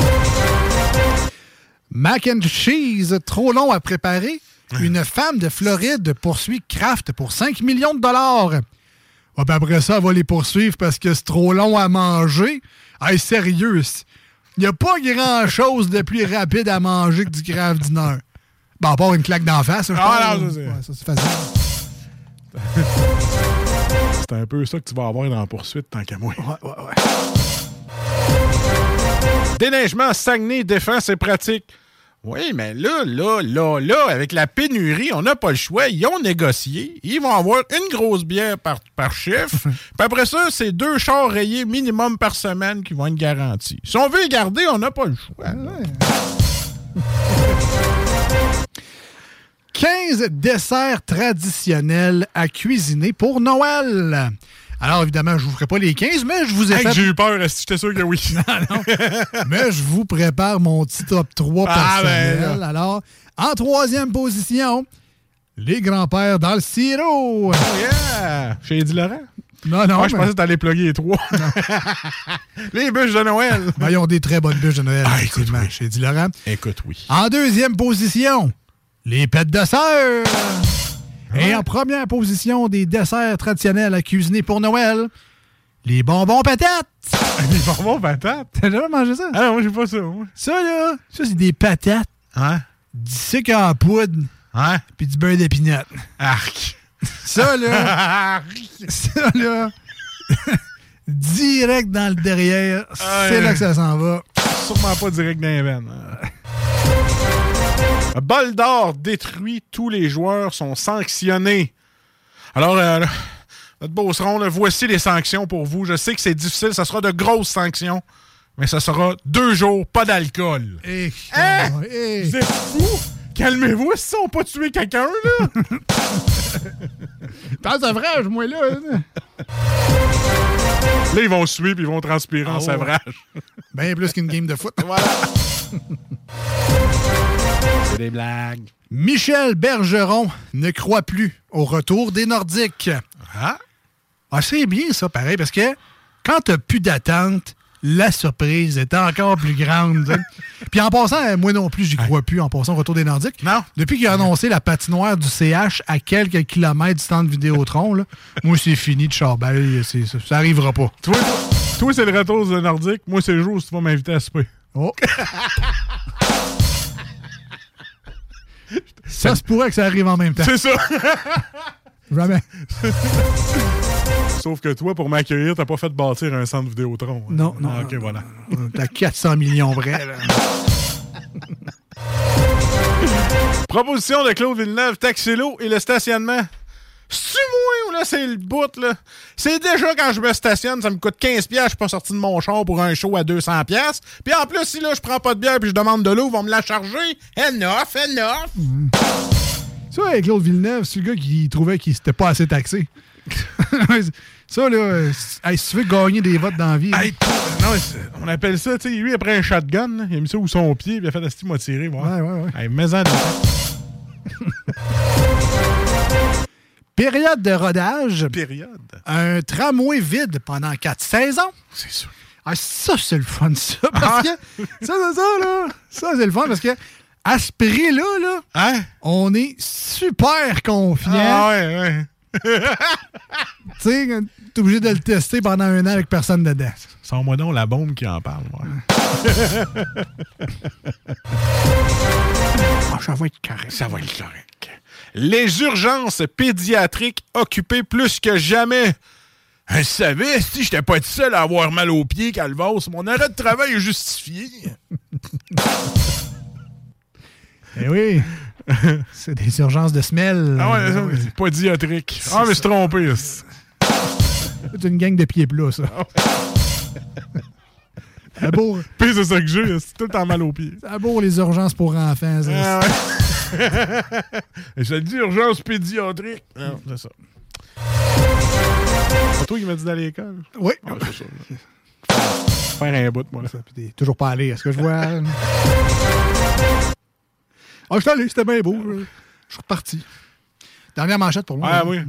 Mac and cheese, trop long à préparer. Une femme de Floride poursuit Kraft pour cinq millions de dollars. Ah, ben après ça, elle va les poursuivre parce que c'est trop long à manger. Hey, sérieux, il n'y a pas grand-chose de plus rapide à manger que du Kraft Dinner. Ben, à part une claque d'en face, je ah, pense. Non, ça, c'est... Ouais, ça, c'est facile. C'est un peu ça que tu vas avoir dans la poursuite, tant qu'à moi. Ouais, ouais, ouais. Déneigement, Saguenay défend ses pratiques. Oui, mais là, là, là, là, avec la pénurie, on n'a pas le choix. Ils ont négocié. Ils vont avoir une grosse bière par, par chef. Puis après ça, c'est deux chars rayés minimum par semaine qui vont être garantis. Si on veut les garder, on n'a pas le choix. Ouais. quinze desserts traditionnels à cuisiner pour Noël. Alors, évidemment, je ne vous ferai pas les quinze, mais je vous ai hey, fait... J'ai eu peur, j'étais sûr que oui. Non, non. Mais je vous prépare mon petit top trois ah, personnel. Ben, alors, en troisième position, les grands-pères dans le sirop. Oh yeah! Chez Eddie Laurent? Non, non. Moi, mais... je pensais que t'allais plugger les trois. Les bûches de Noël. Ben, ils ont des très bonnes bûches de Noël, ah, écoute, oui. Chez Eddie Laurent. Écoute, oui. En deuxième position, les pêtes de sœur. Et en première position des desserts traditionnels à cuisiner pour Noël, les bonbons patates. Les bonbons patates? T'as jamais mangé ça? Ah non, moi, j'ai pas ça. Moi. Ça, là, ça, c'est des patates. Hein? Du sucre en poudre. Hein? Puis du beurre d'épinot. Arc. Ça, là. ça, là. direct dans le derrière. Ah, c'est euh, là que ça s'en va. Sûrement pas direct dans les veines. Bol d'or détruit, tous les joueurs sont sanctionnés. Alors, euh, notre Beauceron, là, voici les sanctions pour vous. Je sais que c'est difficile, ça sera de grosses sanctions. mais ça sera deux jours, pas d'alcool. Et, hein? oh, et... Vous êtes fous? Calmez-vous, si on pas tué quelqu'un, là! Dans un sevrage, moi, là! Là, ils vont suer puis ils vont transpirer oh, en sevrage. Bien plus qu'une game de foot. Voilà. C'est des blagues. Michel Bergeron ne croit plus au retour des Nordiques. Ah? Ah, c'est bien ça, pareil, parce que quand t'as plus d'attente, la surprise est encore plus grande. Puis en passant, moi non plus, j'y crois plus en passant au retour des Nordiques. Non. Depuis qu'il a annoncé la patinoire du C H à quelques kilomètres du stand Vidéotron, là, moi, c'est fini de charbel. Ça, ça arrivera pas. Toi, toi c'est le retour des Nordiques. Moi, c'est le jour où tu vas m'inviter à souper. Oh. Ça se pourrait que ça arrive en même temps. C'est ça. Jamais. Sauf que toi, pour m'accueillir, t'as pas fait bâtir un centre Vidéotron. Hein? Non, non. Ah, OK, voilà. T'as quatre cents millions vrai, là. Proposition de Claude Villeneuve, Taxilo et le stationnement. C'est-tu moi ou là, c'est le bout, là? C'est déjà quand je me stationne, ça me coûte quinze piastres, je suis pas sorti de mon char pour un show à deux cents piastres. Puis en plus, si là, je prends pas de bière puis je demande de l'eau, ils vont me la charger. Enough, enough! Mmh. Ça, avec Claude Villeneuve, c'est le gars qui trouvait qu'il s'était pas assez taxé. Ça, là, hey, si tu veux gagner des votes dans la vie... Hey, non, on appelle ça, tu sais, lui, après un shotgun, là, il a mis ça où son pied, puis il a fait la style, m'a tiré. Ouais, ouais, ouais. ouais. Hey, mets-en des Période de rodage. Période. Un tramway vide pendant quatre saisons. C'est sûr. Ah, ça, c'est le fun, ça. Parce que, ça, ça, ça, là, ça, c'est le fun, parce que à ce prix-là, là, hein? On est super confiant. Ah ouais, ouais. Tu sais, t'es obligé de le tester pendant un an avec personne dedans. Sors-moi donc la bombe qui en parle. Ouais. Oh, ça va être correct. Ça va être correct. Les urgences pédiatriques occupées plus que jamais. Je savais, si j'étais pas tout seul à avoir mal aux pieds, Calvas, mon arrêt de travail est justifié. Eh oui, c'est des urgences de semelle. Ah ouais, ça, c'est pas diatrique. Ah, mais je suis trompé. C'est une gang de pieds plats, ça. C'est beau. Puis c'est ça que j'ai, c'est tout le temps mal aux pieds. C'est beau, les urgences pour enfants, ça. Ah ouais. Ça dit urgence pédiatrique. Non, c'est ça. C'est toi qui m'as dit d'aller à l'école? Oui. Ah, c'est ça. Faire un bout, moi. Là. T'es toujours pas allé, est-ce que je vois? Ah, je suis allé, c'était bien beau. Je suis reparti. Dernière manchette pour moi. Ah oui.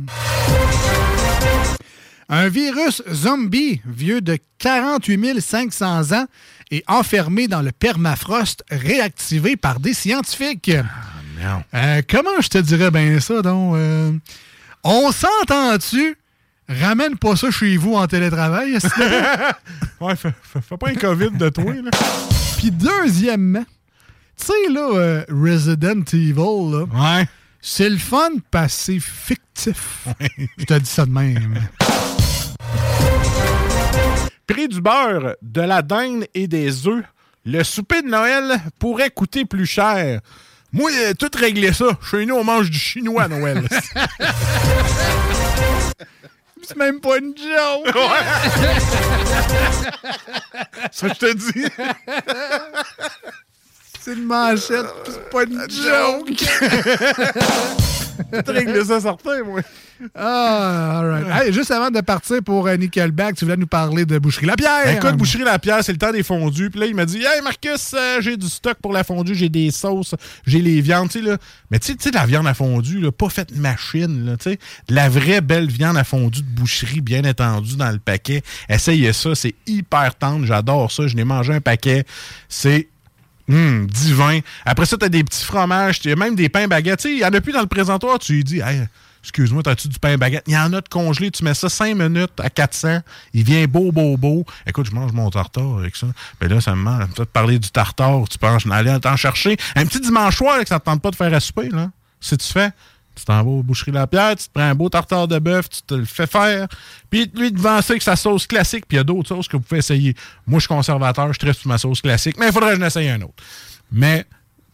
Un virus zombie vieux de quarante-huit mille cinq cents ans est enfermé dans le permafrost réactivé par des scientifiques. Ah, non. Euh, comment je te dirais bien ça, donc? Euh, on s'entend-tu? Ramène pas ça chez vous en télétravail. Ouais, fais, fais, fais pas un COVID de toi, là. Puis deuxièmement, tu sais, là, euh, Resident Evil, là, ouais. C'est le fun parce que c'est fictif. Ouais. Je te dis ça de même. Prix du beurre, de la dinde et des œufs. Le souper de Noël pourrait coûter plus cher. Moi, euh, tout régler ça. Chez nous, on mange du chinois à Noël. C'est même pas une joke. Ouais. Ça, je te dis. C'est une manchette, c'est pas une joke. Tout régler ça, certain, moi. Ah, all right. Hey, juste avant de partir pour uh, Nickelback, tu voulais nous parler de Boucherie Lapierre. Écoute, Boucherie Lapierre, c'est le temps des fondus. Puis là, il m'a dit, hey Marcus, euh, j'ai du stock pour la fondue, j'ai des sauces, j'ai les viandes, tu sais, là. Mais tu sais, de la viande à fondue, là, pas faite machine, là, tu sais. De la vraie belle viande à fondue de boucherie, bien étendue dans le paquet. Essayez ça, c'est hyper tendre, j'adore ça. Je n'ai mangé un paquet. C'est Hum, divin. Après ça, t'as des petits fromages, t'as même des pains baguettes. Il y en a plus dans le présentoir, tu lui dis, hey, excuse-moi, t'as-tu du pain baguette? Il y en a de congelé, tu mets ça cinq minutes à quatre cents, il vient beau, beau, beau. Écoute, je mange mon tartare avec ça. Ben là, ça me manque. Peut-être parler du tartare, tu penses, je vais aller t'en chercher. Un petit dimanche soir, là, que ça te tente pas de faire à souper, là. Si tu fais, tu t'en vas au Boucherie Lapierre, tu te prends un beau tartare de bœuf, tu te le fais faire, puis lui, devant ça, avec sa sauce classique, puis il y a d'autres sauces que vous pouvez essayer. Moi, je suis conservateur, je traite sur ma sauce classique, mais il faudrait que je n'essaye un autre. Mais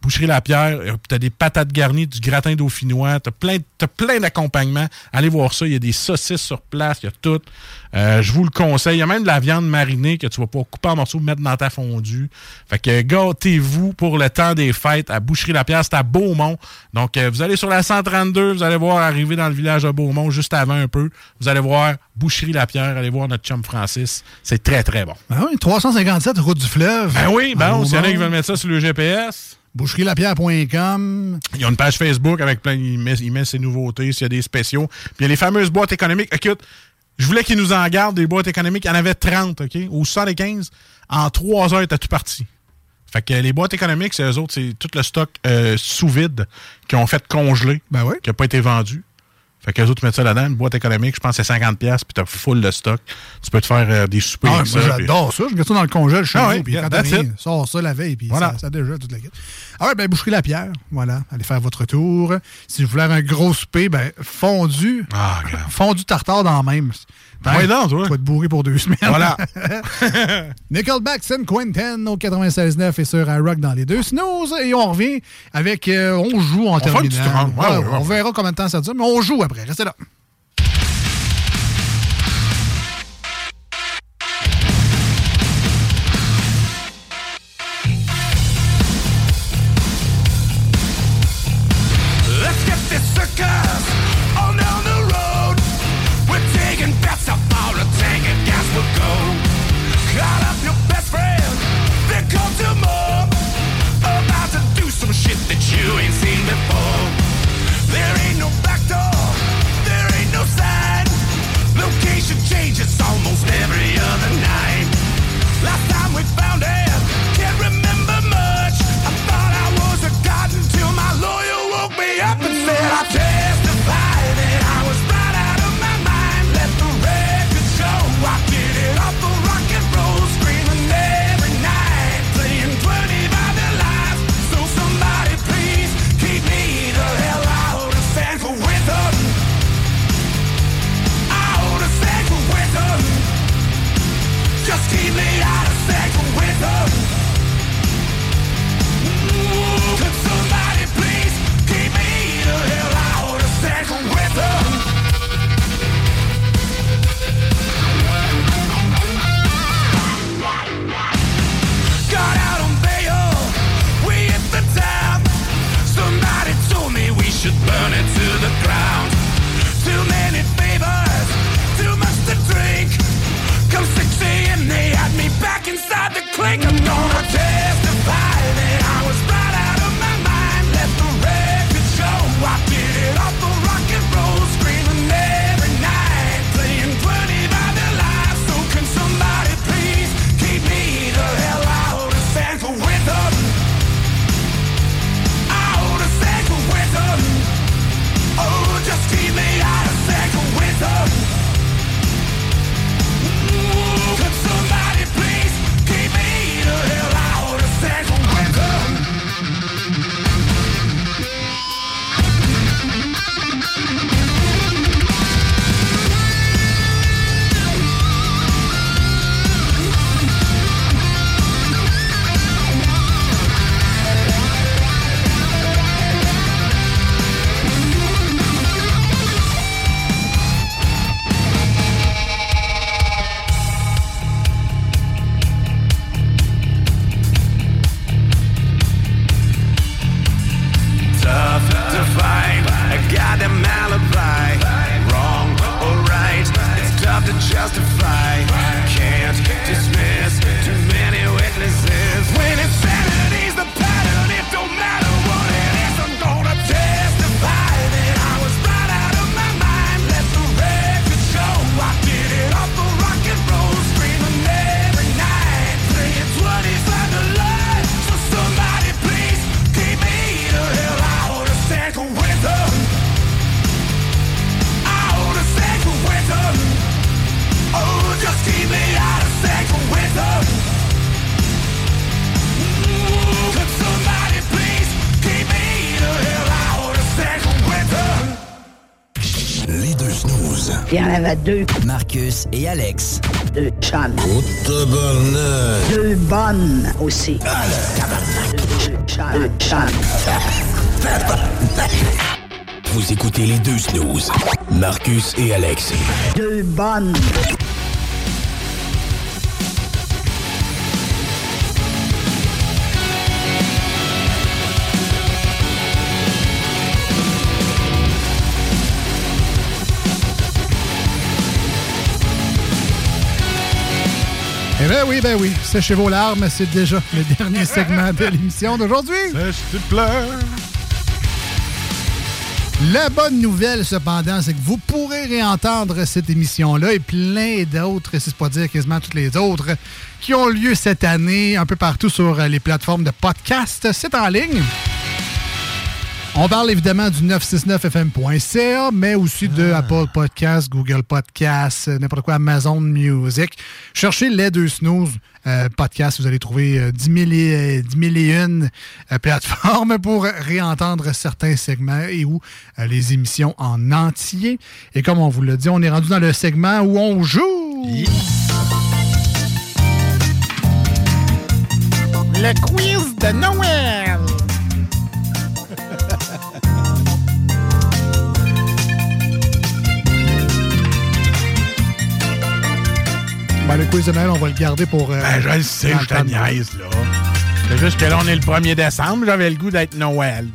Boucherie Lapierre, euh, t'as des patates garnies, du gratin dauphinois, t'as plein, t'as plein d'accompagnements. Allez voir ça, il y a des saucisses sur place, il y a tout. Euh, je vous le conseille. Il y a même de la viande marinée que tu vas pouvoir couper en morceaux, mettre dans ta fondue. Fait que gâtez-vous pour le temps des fêtes à Boucherie Lapierre. C'est à Beaumont. Donc, euh, vous allez sur la cent trente-deux, vous allez voir arriver dans le village de Beaumont, juste avant un peu. Vous allez voir Boucherie Lapierre, allez voir notre chum Francis. C'est très, très bon. Ben oui, trois cent cinquante-sept, route du fleuve. Ben oui, bon, s'il y en a qui veulent mettre ça sur le G P S. boucherie lapierre point com. Il y a une page Facebook avec plein, il met, il met ses nouveautés, s'il y a des spéciaux. Puis il y a les fameuses boîtes économiques. Écoute, je voulais qu'ils nous en gardent, des boîtes économiques. Il y en avait trente, OK? Ou soixante-quinze. En trois heures, t'as tout parti. Fait que les boîtes économiques, c'est eux autres, c'est tout le stock euh, sous vide qu'ils ont fait congeler, ben oui. qui n'a pas été vendu. Fait qu'eux autres mettent ça là-dedans. Une boîte économique, je pense que c'est cinquante dollars, puis t'as full de stock. Tu peux te faire euh, des soupers. Ah, avec moi, ça, j'adore puis... ça. Je mets ça dans le congèle chez ah, nous, oui, puis yeah, quand t'as rien, it. sors ça la veille, puis voilà. ça, ça déjà toute la guette. Ah ouais, ben Boucherie Lapierre, voilà. Allez faire votre tour. Si vous voulez un gros souper, ben fondu. Ah, fondu tartare dans le même. Ben, ouais, non, toi. Tu vas te bourrer pour deux semaines. Voilà. Nickelback, San Quentin au quatre-vingt-seize neuf et sur iRock dans les deux snooze. Et on revient avec... Euh, on joue en on terminant. Fait ouais, ouais, ouais, on ouais. verra combien de temps ça dure, mais on joue après. Restez là. Let's get this circus on down the road. We're taking bets up all the tank and gas will go. Call up your best friend, then come to more. About to do some shit that you ain't seen before. There ain't no back door, there ain't no sign. Location changes almost every other night. Last time we found it, can't remember much. I thought I was a god until my lawyer woke me up and said I testify that I was right out of my mind. Let the record show I did it off the rock and roll, screaming every night, playing twenty by the lives. So somebody please keep me the hell out of San Quentin. Out of San Quentin. Just keep me out of San Quentin. Ooh, could somebody please keep me the hell out of San Quentin? Got out on bail, we hit the town. Somebody told me we should burn it to the ground. Too many favors, too much to drink. Come six a.m. they had me back inside the clink. I'm gonna testify that I was right out of my mind. Let the record show I did it off the rock and roll, screaming every night, playing twenty by the lives. So can somebody please keep me the hell out of San Quentin? Out of San Quentin. Oh, just keep me out of San Quentin. Could somebody please keep me the hell out of San Quentin? Tough to find a goddamn alibi. Wrong or right, it's tough to justify. Can't dismiss too many witnesses. When insanity's the pattern, it don't matter what it is. I'm gonna testify that I was right out of my mind. Let the record show I did it off the rock and roll, screaming every night, playing twenties on the line. So somebody please keep me the hell out of San Quentin. Out of San Quentin. Oh, just keep me out of San Quentin. Ooh, could somebody please keep me the hell out of San Quentin? Les deux snooze. Il y en avait deux. Marcus et Alex. Deux chums. Oh, tabarnak. Deux bonnes aussi. Deux chums. Vous écoutez les deux snooze, Marcus et Alex. Deux bonnes. Eh bien oui, ben oui, séchez vos larmes, c'est déjà le dernier segment de l'émission d'aujourd'hui. Sèche tes pleurs. La bonne nouvelle, cependant, c'est que vous pourrez réentendre cette émission-là et plein d'autres, si c'est pas dire quasiment toutes les autres, qui ont lieu cette année un peu partout sur les plateformes de podcast. C'est en ligne. On parle évidemment du neuf cent soixante-neuf F M point C A, mais aussi de ah. Apple Podcasts, Google Podcasts, n'importe quoi, Amazon Music. Cherchez les deux snooze euh, podcasts. Vous allez trouver euh, dix mille et une euh, plateformes pour réentendre certains segments et ou euh, les émissions en entier. Et comme on vous l'a dit, on est rendu dans le segment où on joue. Yeah. Le quiz de Noël. Ben, le quiz de Noël, on va le garder pour... Euh, ben, je le sais, je te niaise, là. C'est juste que là, on est le premier décembre, j'avais le goût d'être Noël.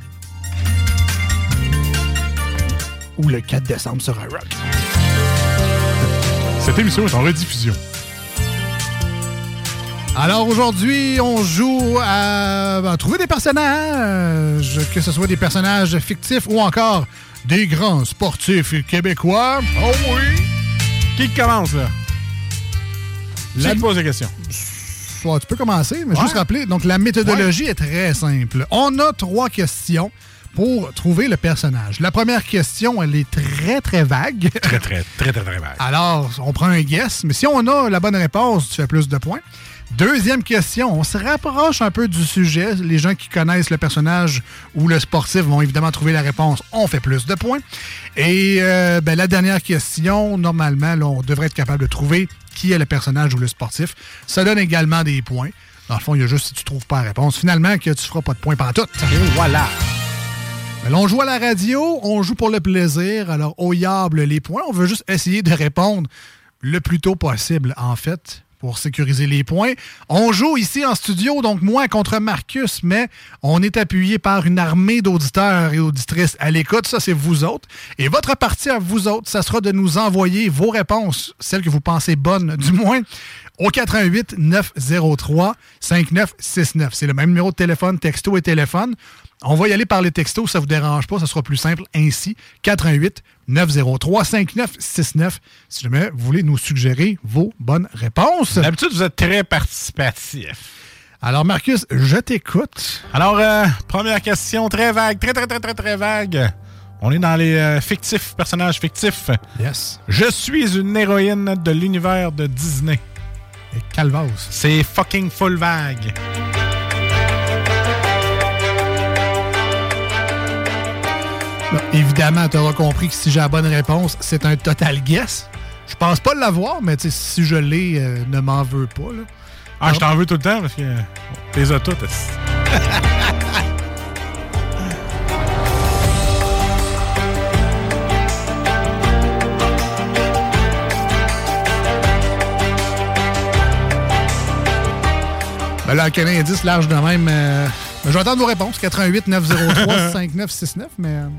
Ou le quatre décembre sur iRock. Cette émission est en rediffusion. Alors aujourd'hui, on joue à, à trouver des personnages, que ce soit des personnages fictifs ou encore des grands sportifs québécois. Oh oui! Qui commence, là? La... Qui pose la question? Soit, tu peux commencer, mais ouais. Juste rappeler. Donc, la méthodologie ouais. est très simple. On a trois questions pour trouver le personnage. La première question, elle est très, très vague. Très, très, très, très, très vague. Alors, on prend un guess, mais si on a la bonne réponse, tu fais plus de points. Deuxième question, on se rapproche un peu du sujet. Les gens qui connaissent le personnage ou le sportif vont évidemment trouver la réponse. On fait plus de points. Et euh, ben, la dernière question, normalement, là, on devrait être capable de trouver qui est le personnage ou le sportif. Ça donne également des points. Dans le fond, il y a juste si tu ne trouves pas la réponse. Finalement, que tu ne feras pas de points pantoute. Et voilà. Ben, là, on joue à la radio, on joue pour le plaisir. Alors, au diable les points. On veut juste essayer de répondre le plus tôt possible, en fait, pour sécuriser les points. On joue ici en studio, donc moi contre Marcus, mais on est appuyé par une armée d'auditeurs et auditrices à l'écoute. Ça, c'est vous autres. Et votre partie à vous autres, ça sera de nous envoyer vos réponses, celles que vous pensez bonnes, du moins, au quatre un huit neuf zéro trois cinq neuf six neuf. C'est le même numéro de téléphone, texto et téléphone. On va y aller par les textos, ça ne vous dérange pas, ça sera plus simple ainsi. quatre un huit neuf zéro trois cinq neuf six neuf, si jamais vous voulez nous suggérer vos bonnes réponses. D'habitude, vous êtes très participatif. Alors, Marcus, je t'écoute. Alors, euh, première question très vague, très, très, très, très, très vague. On est dans les euh, fictifs, personnages fictifs. Yes. Je suis une héroïne de l'univers de Disney. Et calvasse. C'est fucking full vague. Bon, évidemment, tu auras compris que si j'ai la bonne réponse, c'est un total guess. Je pense pas l'avoir, mais si je l'ai, euh, ne m'en veux pas. Là. Ah, Alors, je t'en veux tout le temps parce que t'es les as toutes. Ben là, un indice large de même. Euh, je vais attendre vos réponses. quatre un huit neuf zéro trois cinq neuf six neuf, mais... Euh,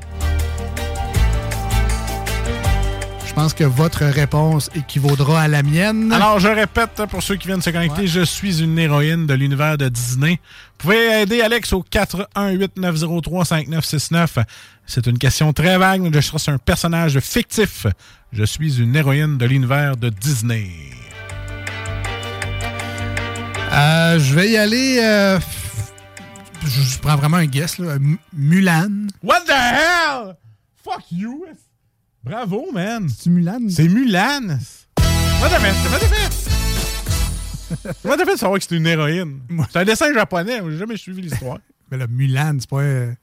je pense que votre réponse équivaudra à la mienne. Alors, je répète, pour ceux qui viennent se connecter, ouais. Je suis une héroïne de l'univers de Disney. Vous pouvez aider Alex au quatre un huit neuf zéro trois cinq neuf six neuf. C'est une question très vague, mais je suis un personnage fictif. Je suis une héroïne de l'univers de Disney. Euh, je vais y aller... Euh, je, je prends vraiment un guess, là. M- Mulan. What the hell? Fuck you! Bravo, man! C'est Mulan? C'est Mulan! Comment t'as fait? Comment t'as fait? Comment t'as fait de savoir que c'est une héroïne? C'est un dessin japonais, j'ai jamais suivi l'histoire. Mais là, Mulan, c'est pas... Euh...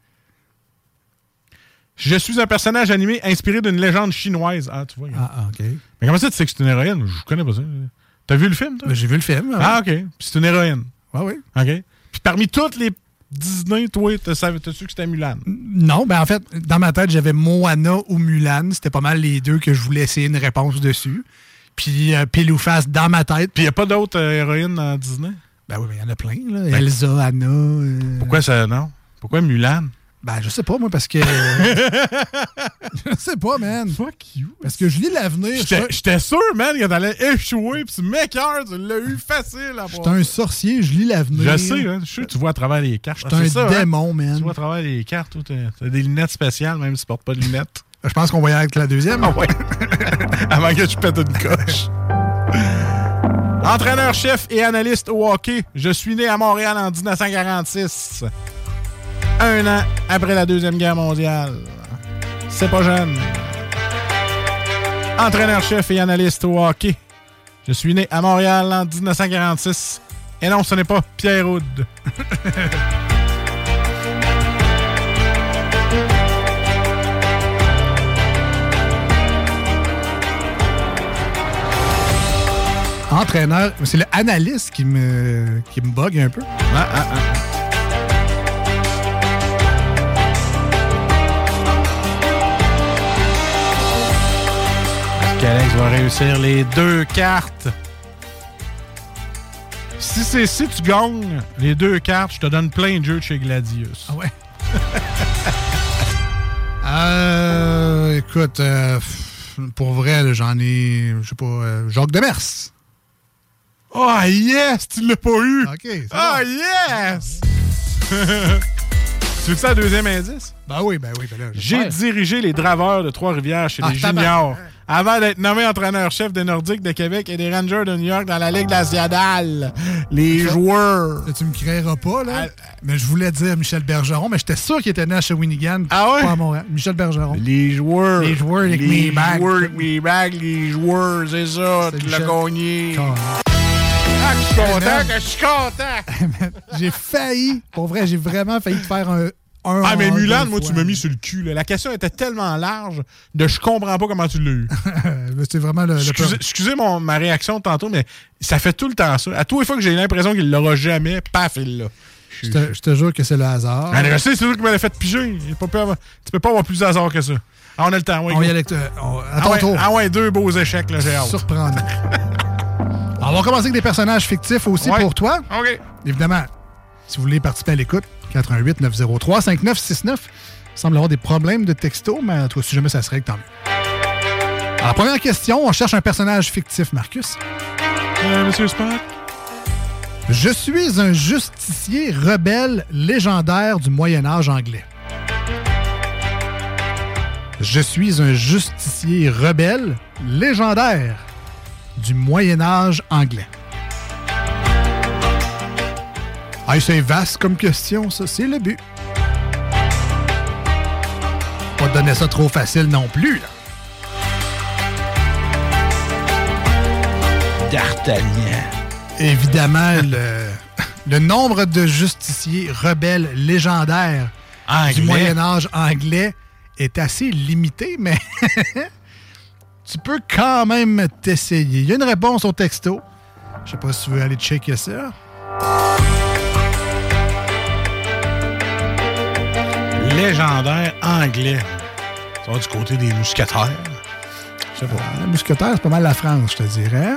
Je suis un personnage animé inspiré d'une légende chinoise. Ah, tu vois. Ah, ah, OK. Mais comment ça, tu sais que c'est une héroïne? Je connais pas ça. T'as vu le film, toi? Ben, j'ai vu le film. Ouais. Ah, OK. Puis c'est une héroïne. Ah oui. OK. Puis parmi toutes les Disney, toi, t'as su que c'était Mulan? Non, ben en fait, dans ma tête, j'avais Moana ou Mulan. C'était pas mal les deux que je voulais essayer une réponse dessus. Puis euh, pile ou face dans ma tête. Puis il n'y a pas d'autres euh, héroïnes dans Disney? Ben oui, il ben, y en a plein. Là. Ben, Elsa, Anna. Euh... Pourquoi ça, non? Pourquoi Mulan? Ben, je sais pas, moi, parce que... je sais pas, man. Fuck you. Parce que je lis l'avenir. J'étais sûr, man, que t'allais échouer, pis tu m'écœures, tu l'as eu facile à voir. J'étais un sorcier, je lis l'avenir. Je sais, hein. Je suis sûr que tu vois à travers les cartes. J'étais un ça, démon, hein? man. Tu vois à travers les cartes, toi, t'as des lunettes spéciales, même si tu portes pas de lunettes. Je pense qu'on va y aller avec la deuxième. Ah ouais. Avant que tu pètes une coche. Entraîneur-chef et analyste au hockey, je suis né à Montréal en dix-neuf cent quarante-six. Un an après la Deuxième Guerre mondiale. C'est pas jeune. Entraîneur-chef et analyste au hockey. Je suis né à Montréal en dix-neuf cent quarante-six. Et non, ce n'est pas Pierre Houd. Entraîneur, c'est le analyste qui me, qui me bug un peu. Ah, ah, ah. Alex va réussir les deux cartes. Si c'est si tu gagnes les deux cartes, je te donne plein de jeux de chez Gladius. Ah ouais? euh, écoute, euh, pour vrai, là, j'en ai, je sais pas, euh, Jacques Demers. Oh yes! Tu l'as pas eu! OK. Oh bon. Yes! Tu veux que ça, deuxième indice? Ben oui, ben oui. Ben là, j'ai faire. dirigé les Draveurs de Trois-Rivières chez ah, les juniors avant d'être nommé entraîneur-chef des Nordiques de Québec et des Rangers de New York dans la Ligue nationale. Les ça, joueurs. Ça, tu me créeras pas, là. Ah, mais je voulais dire Michel Bergeron, mais j'étais sûr qu'il était né à Shawinigan. Ah ouais? Pas à Montréal. Michel Bergeron. Les joueurs. Les joueurs avec mes bagues. Les joueurs avec mes bagues, les joueurs, c'est ça. Tu l'as gagné. Ah, je suis content, que je suis content. J'ai failli, pour vrai, j'ai vraiment failli te faire un... Un ah, mais Mulan, moi, fois. Tu m'as mis sur le cul. Là. La question était tellement large de je comprends pas comment tu l'as eu. C'est vraiment le. Excusez, le excusez mon, ma réaction de tantôt, mais ça fait tout le temps ça. À tous les fois que j'ai l'impression qu'il l'aura jamais, paf, il l'a. Je te, je te jure que c'est le hasard. Ah, je sais, c'est toi qui m'avais fait piger. Pas avoir, tu peux pas avoir plus de hasard que ça. Ah, on a le temps. Oui, on y allait avec, euh, on, à ton ah, ouais, tour. Ah ouais, deux beaux échecs, là, j'ai hâte. Surprenant. Alors, on va commencer avec des personnages fictifs aussi ouais. pour toi. OK. Évidemment, si vous voulez participer à l'écoute, quatre un huit neuf zéro trois cinq neuf six neuf. Il semble avoir des problèmes de texto, mais toi, si jamais ça se règle, tant mieux. Alors, première question, on cherche un personnage fictif, Marcus. Euh, Monsieur Spock. Je suis un justicier rebelle légendaire du Moyen-Âge anglais. Je suis un justicier rebelle légendaire du Moyen-Âge anglais. Ah, c'est vaste comme question, ça. C'est le but. Pas te donner ça trop facile non plus, là. D'Artagnan. Évidemment, le, le nombre de justiciers rebelles légendaires anglais. Du Moyen-Âge anglais est assez limité, mais tu peux quand même t'essayer. Il y a une réponse au texto. Je sais pas si tu veux aller checker ça. Légendaire anglais. Ça va du côté des mousquetaires. Je sais pas. Les mousquetaires, c'est pas mal la France, je te dirais.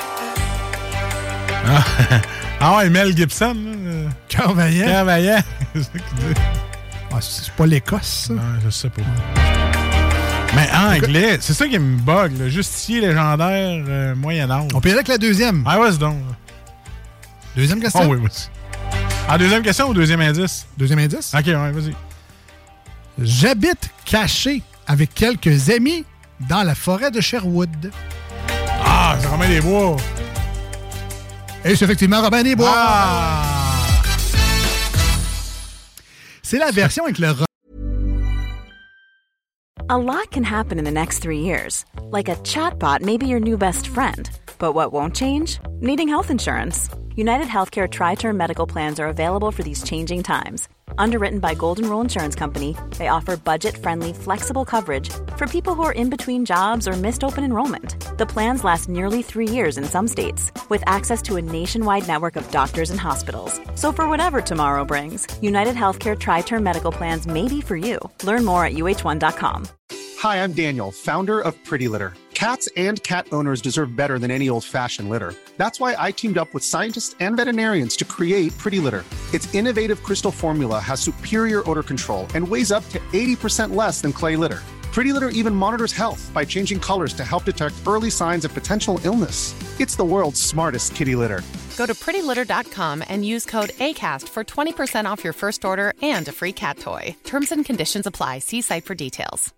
Ah, ah ouais, Mel Gibson. Cœur vaillant. Cœur vaillant. C'est ça qu'il dit. Ah, c'est pas l'Écosse, ça? Non, je sais pas. Mais anglais, c'est ça qui me bug. Le justicier légendaire euh, Moyen-Âge. On peut y aller avec la deuxième. Ah ouais, c'est donc. Deuxième question? Ah oui, aussi. Ah, deuxième question ou deuxième indice? Deuxième indice? OK, ouais, vas-y. J'habite caché avec quelques amis dans la forêt de Sherwood. Ah, c'est Robin des Bois. Et c'est effectivement Robin des Bois. Ah! C'est la version avec le... A lot can happen in the next three years. Like a chatbot may be your new best friend. But what won't change? Needing health insurance. United Healthcare Tri-Term Medical Plans are available for these changing times. Underwritten by Golden Rule Insurance Company, they offer budget-friendly, flexible coverage for people who are in between jobs or missed open enrollment. The plans last nearly three years in some states, with access to a nationwide network of doctors and hospitals. So for whatever tomorrow brings, United Healthcare Tri-Term Medical Plans may be for you. Learn more at U H one dot com. Hi, I'm Daniel, founder of Pretty Litter. Cats and cat owners deserve better than any old-fashioned litter. That's why I teamed up with scientists and veterinarians to create Pretty Litter. Its innovative crystal formula has superior odor control and weighs up to eighty percent less than clay litter. Pretty Litter even monitors health by changing colors to help detect early signs of potential illness. It's the world's smartest kitty litter. Go to pretty litter dot com and use code ACAST for twenty percent off your first order and a free cat toy. Terms and conditions apply. See site for details.